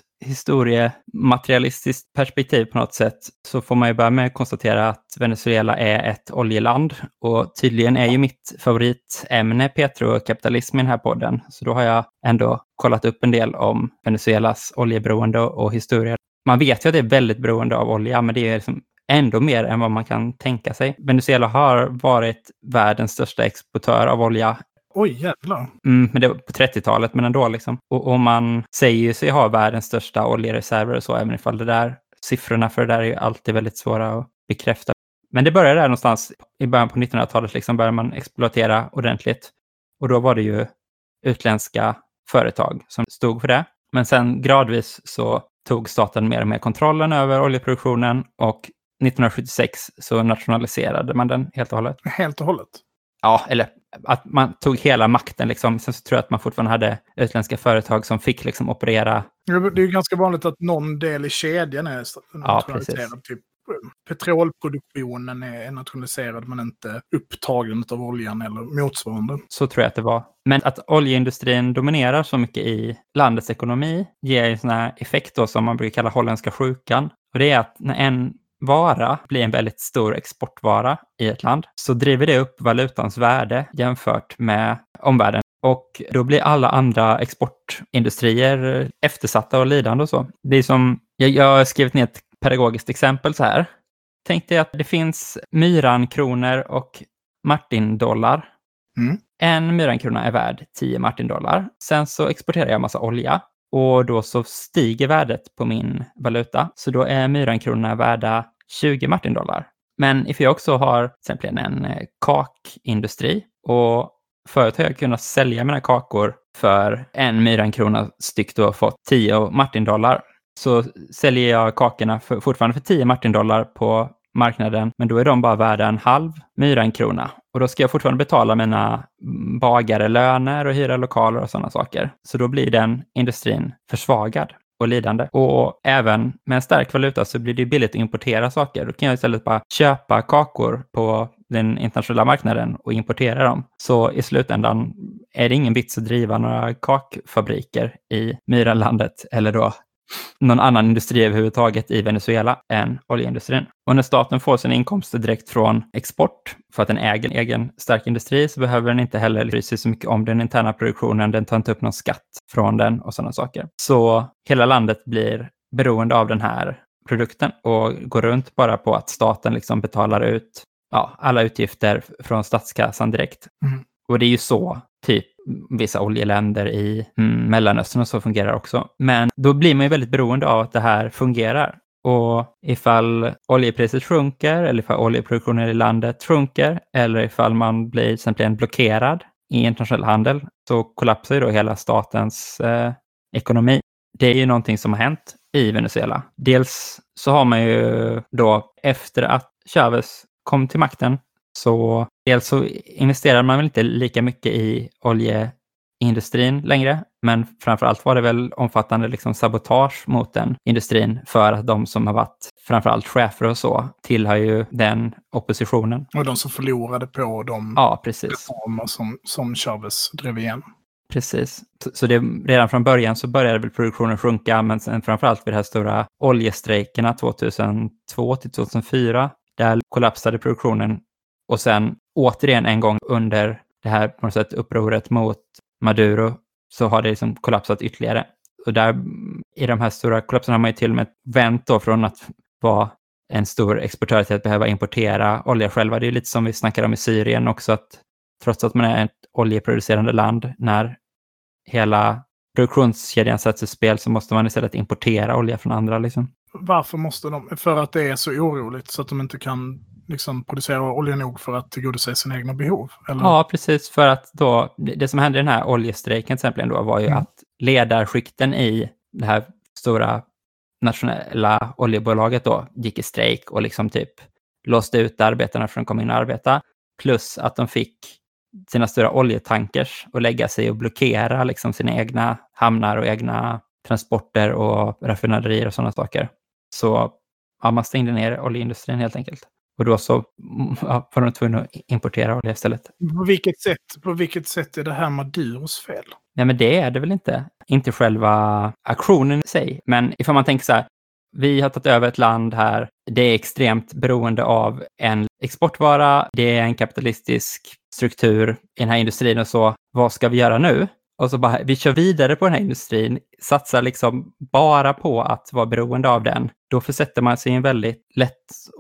historiematerialistiskt perspektiv på något sätt så får man ju börja med att konstatera att Venezuela är ett oljeland och tydligen är ju mitt favoritämne petrokapitalism i den här podden. Så då har jag ändå kollat upp en del om Venezuelas oljeberoende och historia. Man vet ju att det är väldigt beroende av olja, men det är liksom ändå mer än vad man kan tänka sig. Venezuela har varit världens största exportör av olja. Oj, jävlar. Mm, men det var på trettiotalet, men ändå liksom. Och, och man säger ju sig ha världens största oljereserver och så, även ifall det där, siffrorna för det där är ju alltid väldigt svåra att bekräfta. Men det började där någonstans i början på nittonhundratalet, liksom började man exploatera ordentligt. Och då var det ju utländska företag som stod för det. Men sen gradvis så tog staten mer och mer kontrollen över oljeproduktionen och nittonhundrasjuttiosex så nationaliserade man den helt och hållet. Helt och hållet? Ja, eller att man tog hela makten liksom. Sen så tror jag att man fortfarande hade utländska företag som fick liksom operera. Det är ju ganska vanligt att någon del i kedjan är nationaliserad. Ja, typ petrolproduktionen är nationaliserad men inte upptagandet av oljan eller motsvarande. Så tror jag att det var. Men att oljeindustrin dominerar så mycket i landets ekonomi ger en sån här effekt då som man brukar kalla holländska sjukan. Och det är att när en vara blir en väldigt stor exportvara i ett land så driver det upp valutans värde jämfört med omvärlden. Och då blir alla andra exportindustrier eftersatta och lidande och så. Det är som, jag, jag har skrivit ner ett pedagogiskt exempel så här. Tänk dig att det finns myrankronor och martindollar. Mm. En myrankrona är värd tio martindollar. Sen så exporterar jag massa olja. Och då så stiger värdet på min valuta. Så då är myrankronorna värda tjugo martindollar. Men if jag också har till exempel en kakindustri och förut har jag kunnat sälja mina kakor för en myrankrona styck då fått tio martindollar. Så säljer jag kakorna för, fortfarande för tio martindollar på marknaden, men då är de bara värda en halv myrankrona. Och då ska jag fortfarande betala mina bagare löner och hyra lokaler och sådana saker. Så då blir den industrin försvagad och lidande. Och även med en stark valuta så blir det billigt att importera saker. Då kan jag istället bara köpa kakor på den internationella marknaden och importera dem. Så i slutändan är det ingen vits att driva några kakfabriker i Myranlandet eller då någon annan industri överhuvudtaget i Venezuela än oljeindustrin. Och när staten får sina inkomster direkt från export för att den äger en egen stark industri så behöver den inte heller bry sig så mycket om den interna produktionen. Den tar inte upp någon skatt från den och sådana saker. Så hela landet blir beroende av den här produkten och går runt bara på att staten liksom betalar ut ja, alla utgifter från statskassan direkt. Mm. Och det är ju så typ vissa oljeländer i mm, Mellanöstern och så fungerar också. Men då blir man ju väldigt beroende av att det här fungerar. Och ifall oljepriset sjunker eller ifall oljeproduktionen i landet sjunker eller ifall man blir till exempel blockerad i internationell handel så kollapsar ju då hela statens eh, ekonomi. Det är ju någonting som har hänt i Venezuela. Dels så har man ju då efter att Chávez kom till makten så dels så investerar man väl inte lika mycket i oljeindustrin längre, men framförallt var det väl omfattande liksom sabotage mot den industrin för att de som har varit framförallt chefer och så tillhör ju den oppositionen. Och de som förlorade på de ja, precis. reformer som, som Chávez drev igen. Precis. Så, så det, redan från början så började väl produktionen sjunka, men sen framförallt vid de här stora oljestrejkerna tjugohundratvå till tjugohundrafyra, där kollapsade produktionen. Och sen återigen en gång under det här på något sätt upproret mot Maduro så har det liksom kollapsat ytterligare. Och där i de här stora kollapsen har man ju till och med vänt då från att vara en stor exportör till att behöva importera olja själva. Det är ju lite som vi snackade om i Syrien också, att trots att man är ett oljeproducerande land, när hela produktionskedjan sätts i spel så måste man istället importera olja från andra. Liksom. Varför måste de? För att det är så oroligt så att de inte kan liksom producera olja nog för att tillgodose sina egna behov? Eller? Ja, precis. För att då, det som hände i den här oljestrejken till exempel då var ju mm. att ledarskikten i det här stora nationella oljebolaget då gick i strejk och liksom typ låste ut arbetarna från att komma in och arbeta. Plus att de fick sina stora oljetankers och lägga sig och blockera liksom sina egna hamnar och egna transporter och raffinaderier och sådana saker. Så ja, man stängde ner oljeindustrin helt enkelt. Och då så ja, var de tvungna att importera olja istället. På vilket sätt, på vilket sätt är det här Maduros fel? Nej, men det är det väl inte. Inte själva aktionen i sig. Men ifall man tänker så här, vi har tagit över ett land här. Det är extremt beroende av en exportvara. Det är en kapitalistisk struktur i den här industrin och så. Vad ska vi göra nu? Och så bara, vi kör vidare på den här industrin, satsar liksom bara på att vara beroende av den. Då försätter man sig i en väldigt lätt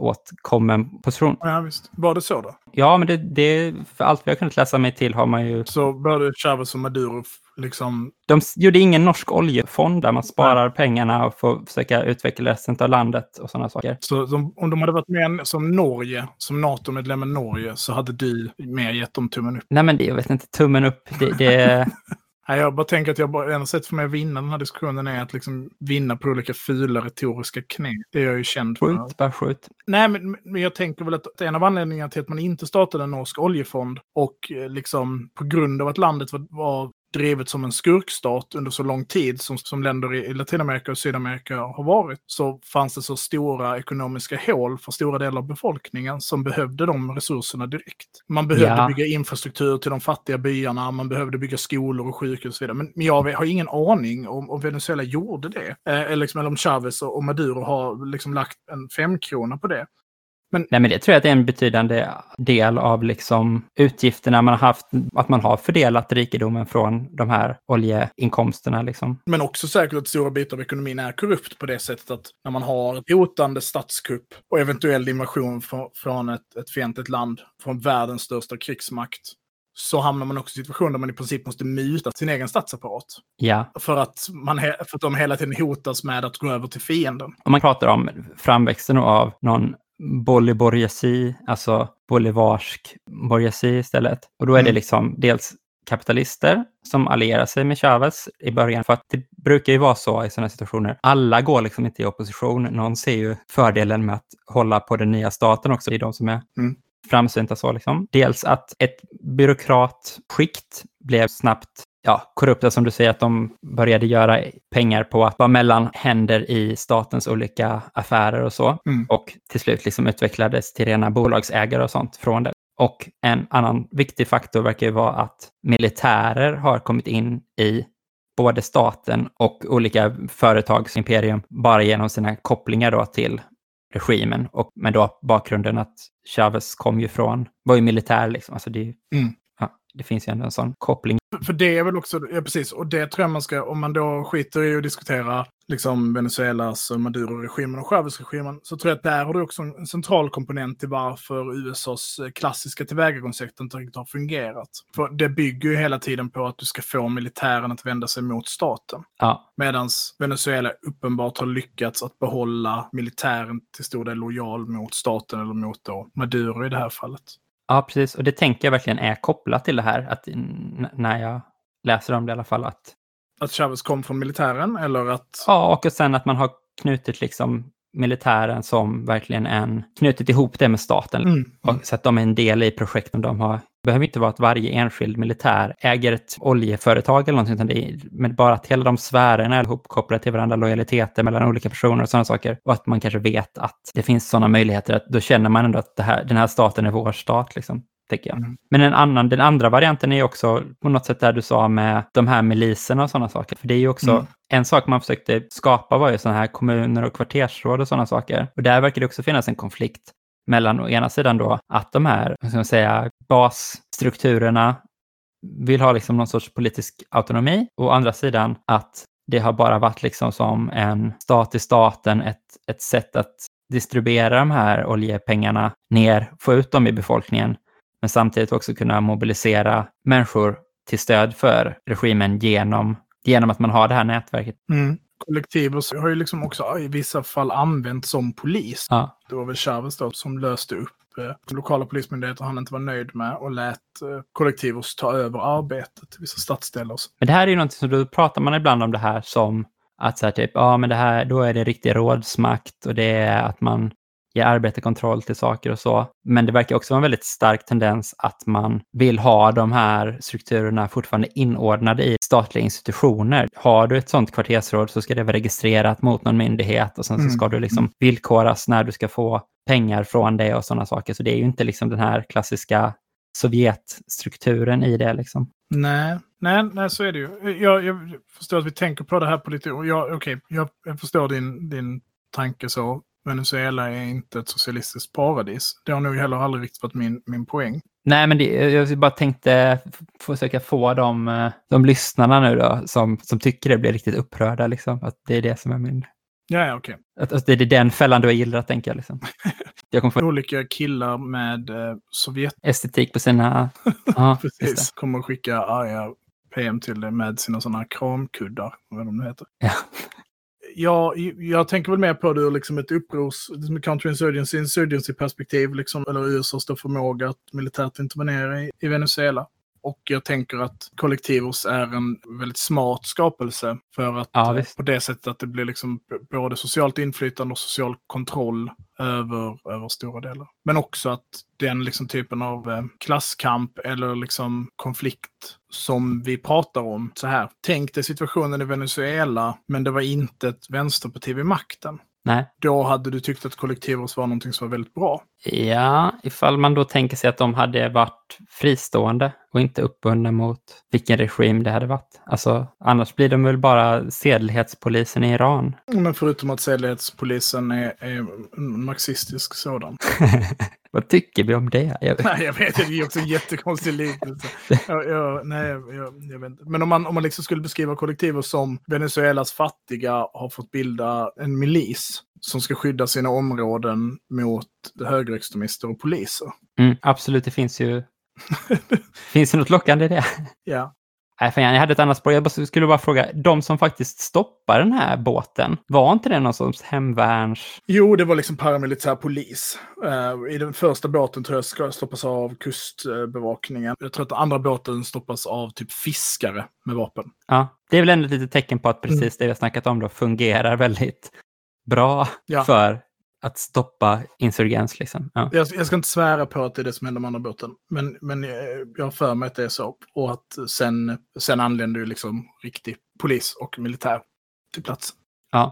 åtkommen position. Ja, visst. Var det så då? Ja, men det, det för allt vi har kunnat läsa mig till har man ju... Så började Chávez och Maduro liksom... De gjorde ingen norsk oljefond där man sparar ja. pengarna och får försöka utveckla resten av landet och sådana saker. Så de, om de hade varit med som Norge, som NATO-medlemmen Norge, så hade du mer gett dem tummen upp? Nej, men det, jag vet inte, tummen upp, det... det... Nej, jag bara tänker att jag bara, enda sätt för mig att vinna den här diskussionen är att liksom vinna på olika fula retoriska knä. Det är jag ju känd för. Skjut, bara skjut. Nej, men, men jag tänker väl att en av anledningarna till att man inte startade en norsk oljefond och liksom på grund av att landet var, var drivet som en skurkstat under så lång tid som, som länder i Latinamerika och Sydamerika har varit, så fanns det så stora ekonomiska hål för stora delar av befolkningen som behövde de resurserna direkt. Man behövde ja. bygga infrastruktur till de fattiga byarna, man behövde bygga skolor och sjukhus och så vidare. Men, men jag har ingen aning om, om Venezuela gjorde det. Eh, eller, liksom, eller om Chávez och, och Maduro har liksom lagt en femkrona på det. Men... Nej, men det tror jag att det är en betydande del av liksom utgifterna man har haft, att man har fördelat rikedomen från de här oljeinkomsterna. Liksom. Men också säkert att stora bitar av ekonomin är korrupt på det sättet att när man har ett hotande statskupp och eventuell invasion från, från ett, ett fientligt land, från världens största krigsmakt, så hamnar man också i en situation där man i princip måste muta sin egen statsapparat. Ja. För att, man he- för att de hela tiden hotas med att gå över till fienden. Om man pratar om framväxten av någon Boliborgesi, alltså bolivarsk borgesi istället. Och då är mm. det liksom dels kapitalister som allierar sig med Chávez i början. För att det brukar ju vara så i sådana situationer. Alla går liksom inte i opposition. Någon ser ju fördelen med att hålla på den nya staten också. Det är de som är mm. framsynta så liksom. Dels att ett byråkratskikt blev snabbt ja, korrupta, som du säger, att de började göra pengar på att vara mellan händer i statens olika affärer och så. Mm. Och till slut liksom utvecklades till rena bolagsägare och sånt från det. Och en annan viktig faktor verkar ju vara att militärer har kommit in i både staten och olika företags imperium bara genom sina kopplingar då till regimen. Och med då bakgrunden att Chávez kom ju från, var ju militär liksom. Alltså det är ju, mm. ja, det finns ju ändå en sån koppling. För det är väl också, ja precis, och det tror jag man ska, om man då skiter i att diskutera liksom Venezuelas Maduro-regimen och Chávez-regimen, så tror jag att där har du också en central komponent till varför U S A:s klassiska tillvägagångssätt inte riktigt har fungerat. För det bygger ju hela tiden på att du ska få militären att vända sig mot staten. Ja. Medan Venezuela uppenbart har lyckats att behålla militären till stor del lojal mot staten eller mot då Maduro i det här fallet. Ja, precis. Och det tänker jag verkligen är kopplat till det här. Att n- när jag läser om det i alla fall. Att, att Chávez kom från militären eller att... Ja, och sen att man har knutit liksom militären som verkligen en... Knutit ihop det med staten. Mm. Och så att de är en del i projekten de har. Det behöver inte vara att varje enskild militär äger ett oljeföretag eller någonting. Utan det är, men bara att hela de sfärerna är ihopkopplade till varandra, lojaliteter mellan olika personer och sådana saker. Och att man kanske vet att det finns sådana möjligheter. Att då känner man ändå att det här, den här staten är vår stat liksom. Tycker jag. Mm. Men en annan, den andra varianten är också på något sätt där du sa med de här miliserna och sådana saker. För det är ju också, mm. en sak man försökte skapa var ju sådana här kommuner och kvartersråd och sådana saker. Och där verkar det också finnas en konflikt mellan å ena sidan då att de här, vad ska man säga, basstrukturerna vill ha liksom någon sorts politisk autonomi. Och å andra sidan att det har bara varit liksom som en stat i staten, ett, ett sätt att distribuera de här oljepengarna ner, få ut dem i befolkningen, men samtidigt också kunna mobilisera människor till stöd för regimen genom, genom att man har det här nätverket. Mm. Kollektivos har ju liksom också i vissa fall använts som polis. Ja. Det var väl Chávez då som löste upp eh, lokala polismyndigheter han inte var nöjd med och lät eh, Kollektivos ta över arbetet i vissa stadsdelar. Men det här är ju någonting som då pratar man ibland om det här som att så här typ, ja men det här, då är det riktig rådsmakt och det är att man ger arbetarkontroll till saker och så. Men det verkar också vara en väldigt stark tendens att man vill ha de här strukturerna fortfarande inordnade i statliga institutioner. Har du ett sånt kvartersråd så ska det vara registrerat mot någon myndighet och sen så ska du liksom villkoras när du ska få pengar från det och sådana saker. Så det är ju inte liksom den här klassiska Sovjetstrukturen i det liksom. Nej, nej, nej så är det ju. Jag, jag förstår att vi tänker på det här på lite... Jag, okay, jag, jag förstår din, din tanke så. Venezuela är inte ett socialistiskt paradis. Det har nog heller aldrig riktigt varit min, min poäng. Nej, men det, jag bara tänkte försöka få de, de lyssnarna nu då som, som tycker det blir riktigt upprörda liksom. Att det är det som är min... Ja, ja, okej. Okay. Att, att det är den fällan du har gillat, tänker jag liksom. Jag kommer få... Olika killar med eh, Sovjet... estetik på sina... Ja, precis. Kommer skicka arga P M till det med sina sådana kramkuddar, vad de nu heter. Ja. Ja, jag tänker väl mer på det ur liksom ett upprors, liksom counterinsurgency, insurgency-perspektiv, liksom, eller U S A:s förmåga att militärt intervenera i, i Venezuela. Och jag tänker att Kollektivos är en väldigt smart skapelse för att ja, på det sättet att det blir liksom både socialt inflytande och social kontroll över, över stora delar. Men också att den liksom typen av eh, klasskamp eller liksom konflikt som vi pratar om så här. Tänk dig situationen i Venezuela, men det var inte ett vänsterparti vid makten. Nej. Då hade du tyckt att Kollektivos var någonting som var väldigt bra. Ja, ifall man då tänker sig att de hade varit fristående och inte uppbundna mot vilken regim det hade varit. Alltså, annars blir de väl bara sedlighetspolisen i Iran. Men förutom att sedlighetspolisen är, är en marxistisk sådan. Vad tycker vi om det? Jag... Nej, jag vet inte. Det är också en jättekonstig liknelse. jag, jag, nej, jag, jag vet inte. Men om man, om man liksom skulle beskriva Kollektivos som Venezuelas fattiga har fått bilda en milis som ska skydda sina områden mot högerextremister och poliser. Mm, absolut, det finns ju finns det något lockande i det? Ja. Nej, fan, jag hade ett annat spår. Jag skulle bara fråga, de som faktiskt stoppar den här båten, var inte det någon sorts hemvärns... Jo, det var liksom paramilitär polis. Uh, I den första båten tror jag ska stoppas av kustbevakningen. Jag tror att den andra båten stoppas av typ fiskare med vapen. Ja, det är väl ändå ett litet tecken på att precis mm. det vi har snackat om då fungerar väldigt bra ja. för att stoppa insurgens liksom. Ja. Jag, jag ska inte svära på att det är det som händer med andra båten. Men, men jag har för mig att det är så. Och att sen, sen anländer ju liksom riktig polis och militär till plats. Ja.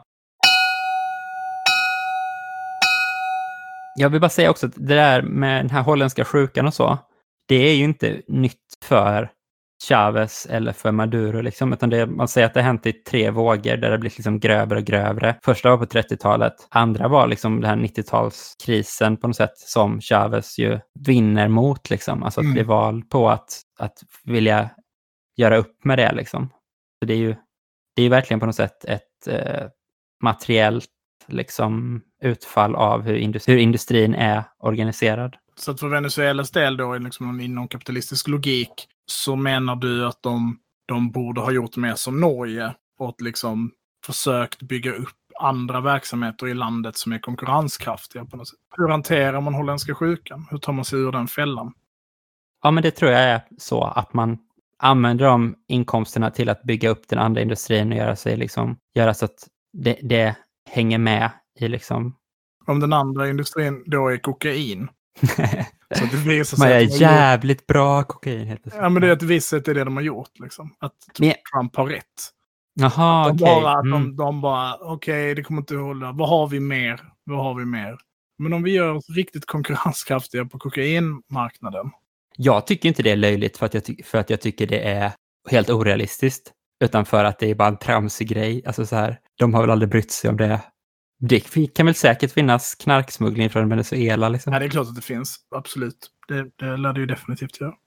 Jag vill bara säga också att det där med den här holländska sjukan och så, det är ju inte nytt för Chávez eller för Maduro liksom, utan det, man säger att det har hänt i tre vågor där det blivit liksom grövre och grövre. Första var på trettiotalet, andra var liksom den här nittiotalskrisen på något sätt som Chávez ju vinner mot liksom, alltså att mm. bli vald på att, att vilja göra upp med det liksom. Så det är ju det är ju verkligen på något sätt ett eh, materiellt liksom utfall av hur, industri, hur industrin är organiserad. Så att för Venezuelas del då, liksom inom kapitalistisk logik, så menar du att de, de borde ha gjort mer som Norge och att liksom försökt bygga upp andra verksamheter i landet som är konkurrenskraftiga på något sätt. Hur hanterar man holländska sjukan? Hur tar man sig ur den fällan? Ja, men det tror jag är så att man använder de inkomsterna till att bygga upp den andra industrin och göra sig liksom, göra så att det, det hänger med i liksom... Om den andra industrin då är kokain. Så det visar sig man är att jävligt gjort... bra kokain helt ja, men det är ett visst sätt är det de har gjort liksom. Att men... Trump har rätt. Jaha, okej. Okay. Bara, mm. de, de bara, okej, okay, det kommer inte att hålla. Vad har vi mer? Vad har vi mer? Men om vi gör oss riktigt konkurrenskraftiga på kokainmarknaden. Jag tycker inte det är löjligt för att jag, ty- för att jag tycker det är helt orealistiskt. Utan för att det är bara en tramsig grej. Alltså så här, de har väl aldrig brytt sig om det. Det kan väl säkert finnas knarksmuggling från Venezuela liksom. Ja, det är klart att det finns. Absolut. Det, det lär det ju definitivt göra.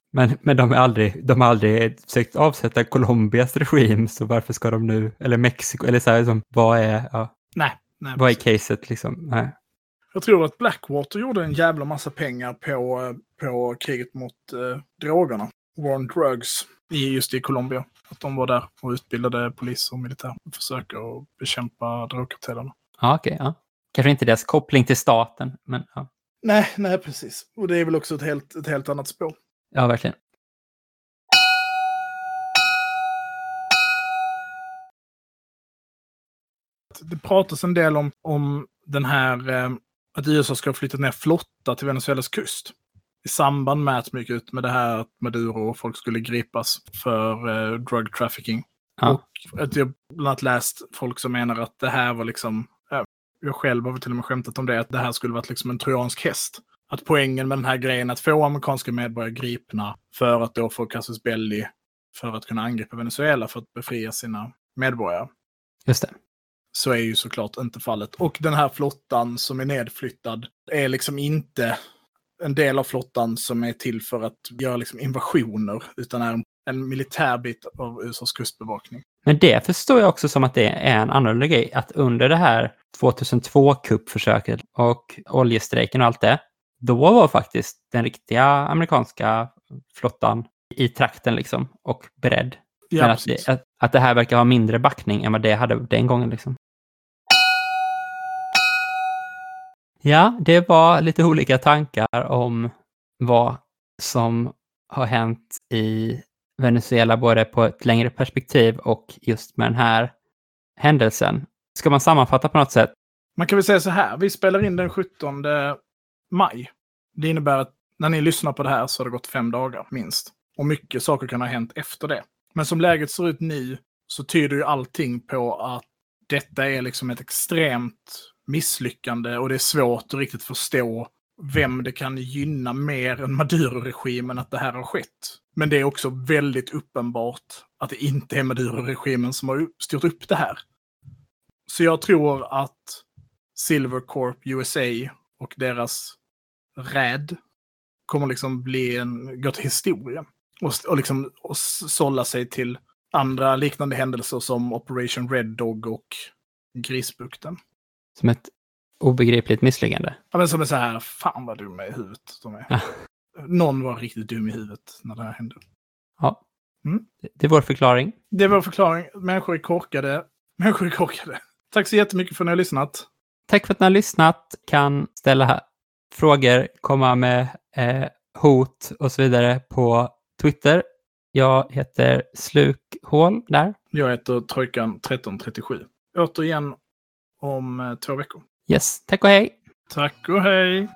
Men, men de, är aldrig, de har aldrig försökt avsätta Colombias regim, så varför ska de nu, eller Mexiko, eller så här, liksom, vad är, ja, Nej. nej vad är precis. caset liksom? Nej. Jag tror att Blackwater gjorde en jävla massa pengar på, på kriget mot eh, drogerna. War on drugs i just i Colombia. Att de var där och utbildade polis och militär och försöker att bekämpa drogkartellerna. Ja, okej, ja. Kanske inte deras koppling till staten, men ja. Nej, nej precis. Och det är väl också ett helt, ett helt annat spår. Ja, verkligen. Det pratas en del om, om den här eh, att U S A ska flytta ner flotta till Venezuelas kust. I samband med att mycket ut med det här att Maduro och folk skulle gripas för eh, drug trafficking. Ja. Och att jag bland annat läst folk som menar att det här var liksom, äh, jag själv har till och med skämtat om det, att det här skulle varit liksom en trojansk häst. Att poängen med den här grejen att få amerikanska medborgare gripna för att då få Casus Belli för att kunna angripa Venezuela för att befria sina medborgare. Just det. Så är ju såklart inte fallet. Och den här flottan som är nedflyttad är liksom inte en del av flottan som är till för att göra liksom invasioner, utan är en militär bit av U S A:s kustbevakning. Men det förstår jag också som att det är en annorlunda grej, att under det här tjugohundratvå-kuppförsöket och oljestrejken och allt det, då var faktiskt den riktiga amerikanska flottan i trakten liksom och beredd. Ja, Men att det, att, att det här verkar ha mindre backning än vad det hade den gången liksom. Ja, det var lite olika tankar om vad som har hänt i Venezuela, både på ett längre perspektiv och just med den här händelsen. Ska man sammanfatta på något sätt? Man kan väl säga så här, vi spelar in den sjuttonde maj. Det innebär att när ni lyssnar på det här så har det gått fem dagar minst. Och mycket saker kan ha hänt efter det. Men som läget ser ut nu så tyder ju allting på att detta är liksom ett extremt misslyckande och det är svårt att riktigt förstå vem det kan gynna mer än Maduro-regimen att det här har skett. Men det är också väldigt uppenbart att det inte är Maduro-regimen som har styrt upp det här. Så jag tror att Silvercorp U S A och deras räd kommer liksom bli en, gå till historien. Och, och liksom och sålla sig till andra liknande händelser som Operation Red Dog och Grisbukten. Som ett obegripligt misslyckande. Ja, men som är så här, fan vad dum i huvudet de är. Ja. Någon var riktigt dum i huvudet när det här hände. Ja, Mm. det är vår förklaring. Det är vår förklaring. Människor är korkade. Människor är korkade. Tack så jättemycket för att ni har lyssnat. Tack för att ni har lyssnat. Kan ställa frågor, komma med eh, hot och så vidare på Twitter. Jag heter Slukhål där. Jag heter Trojkan tretton trettiosju. Återigen om eh, två veckor. Yes, tack och hej. Tack och hej.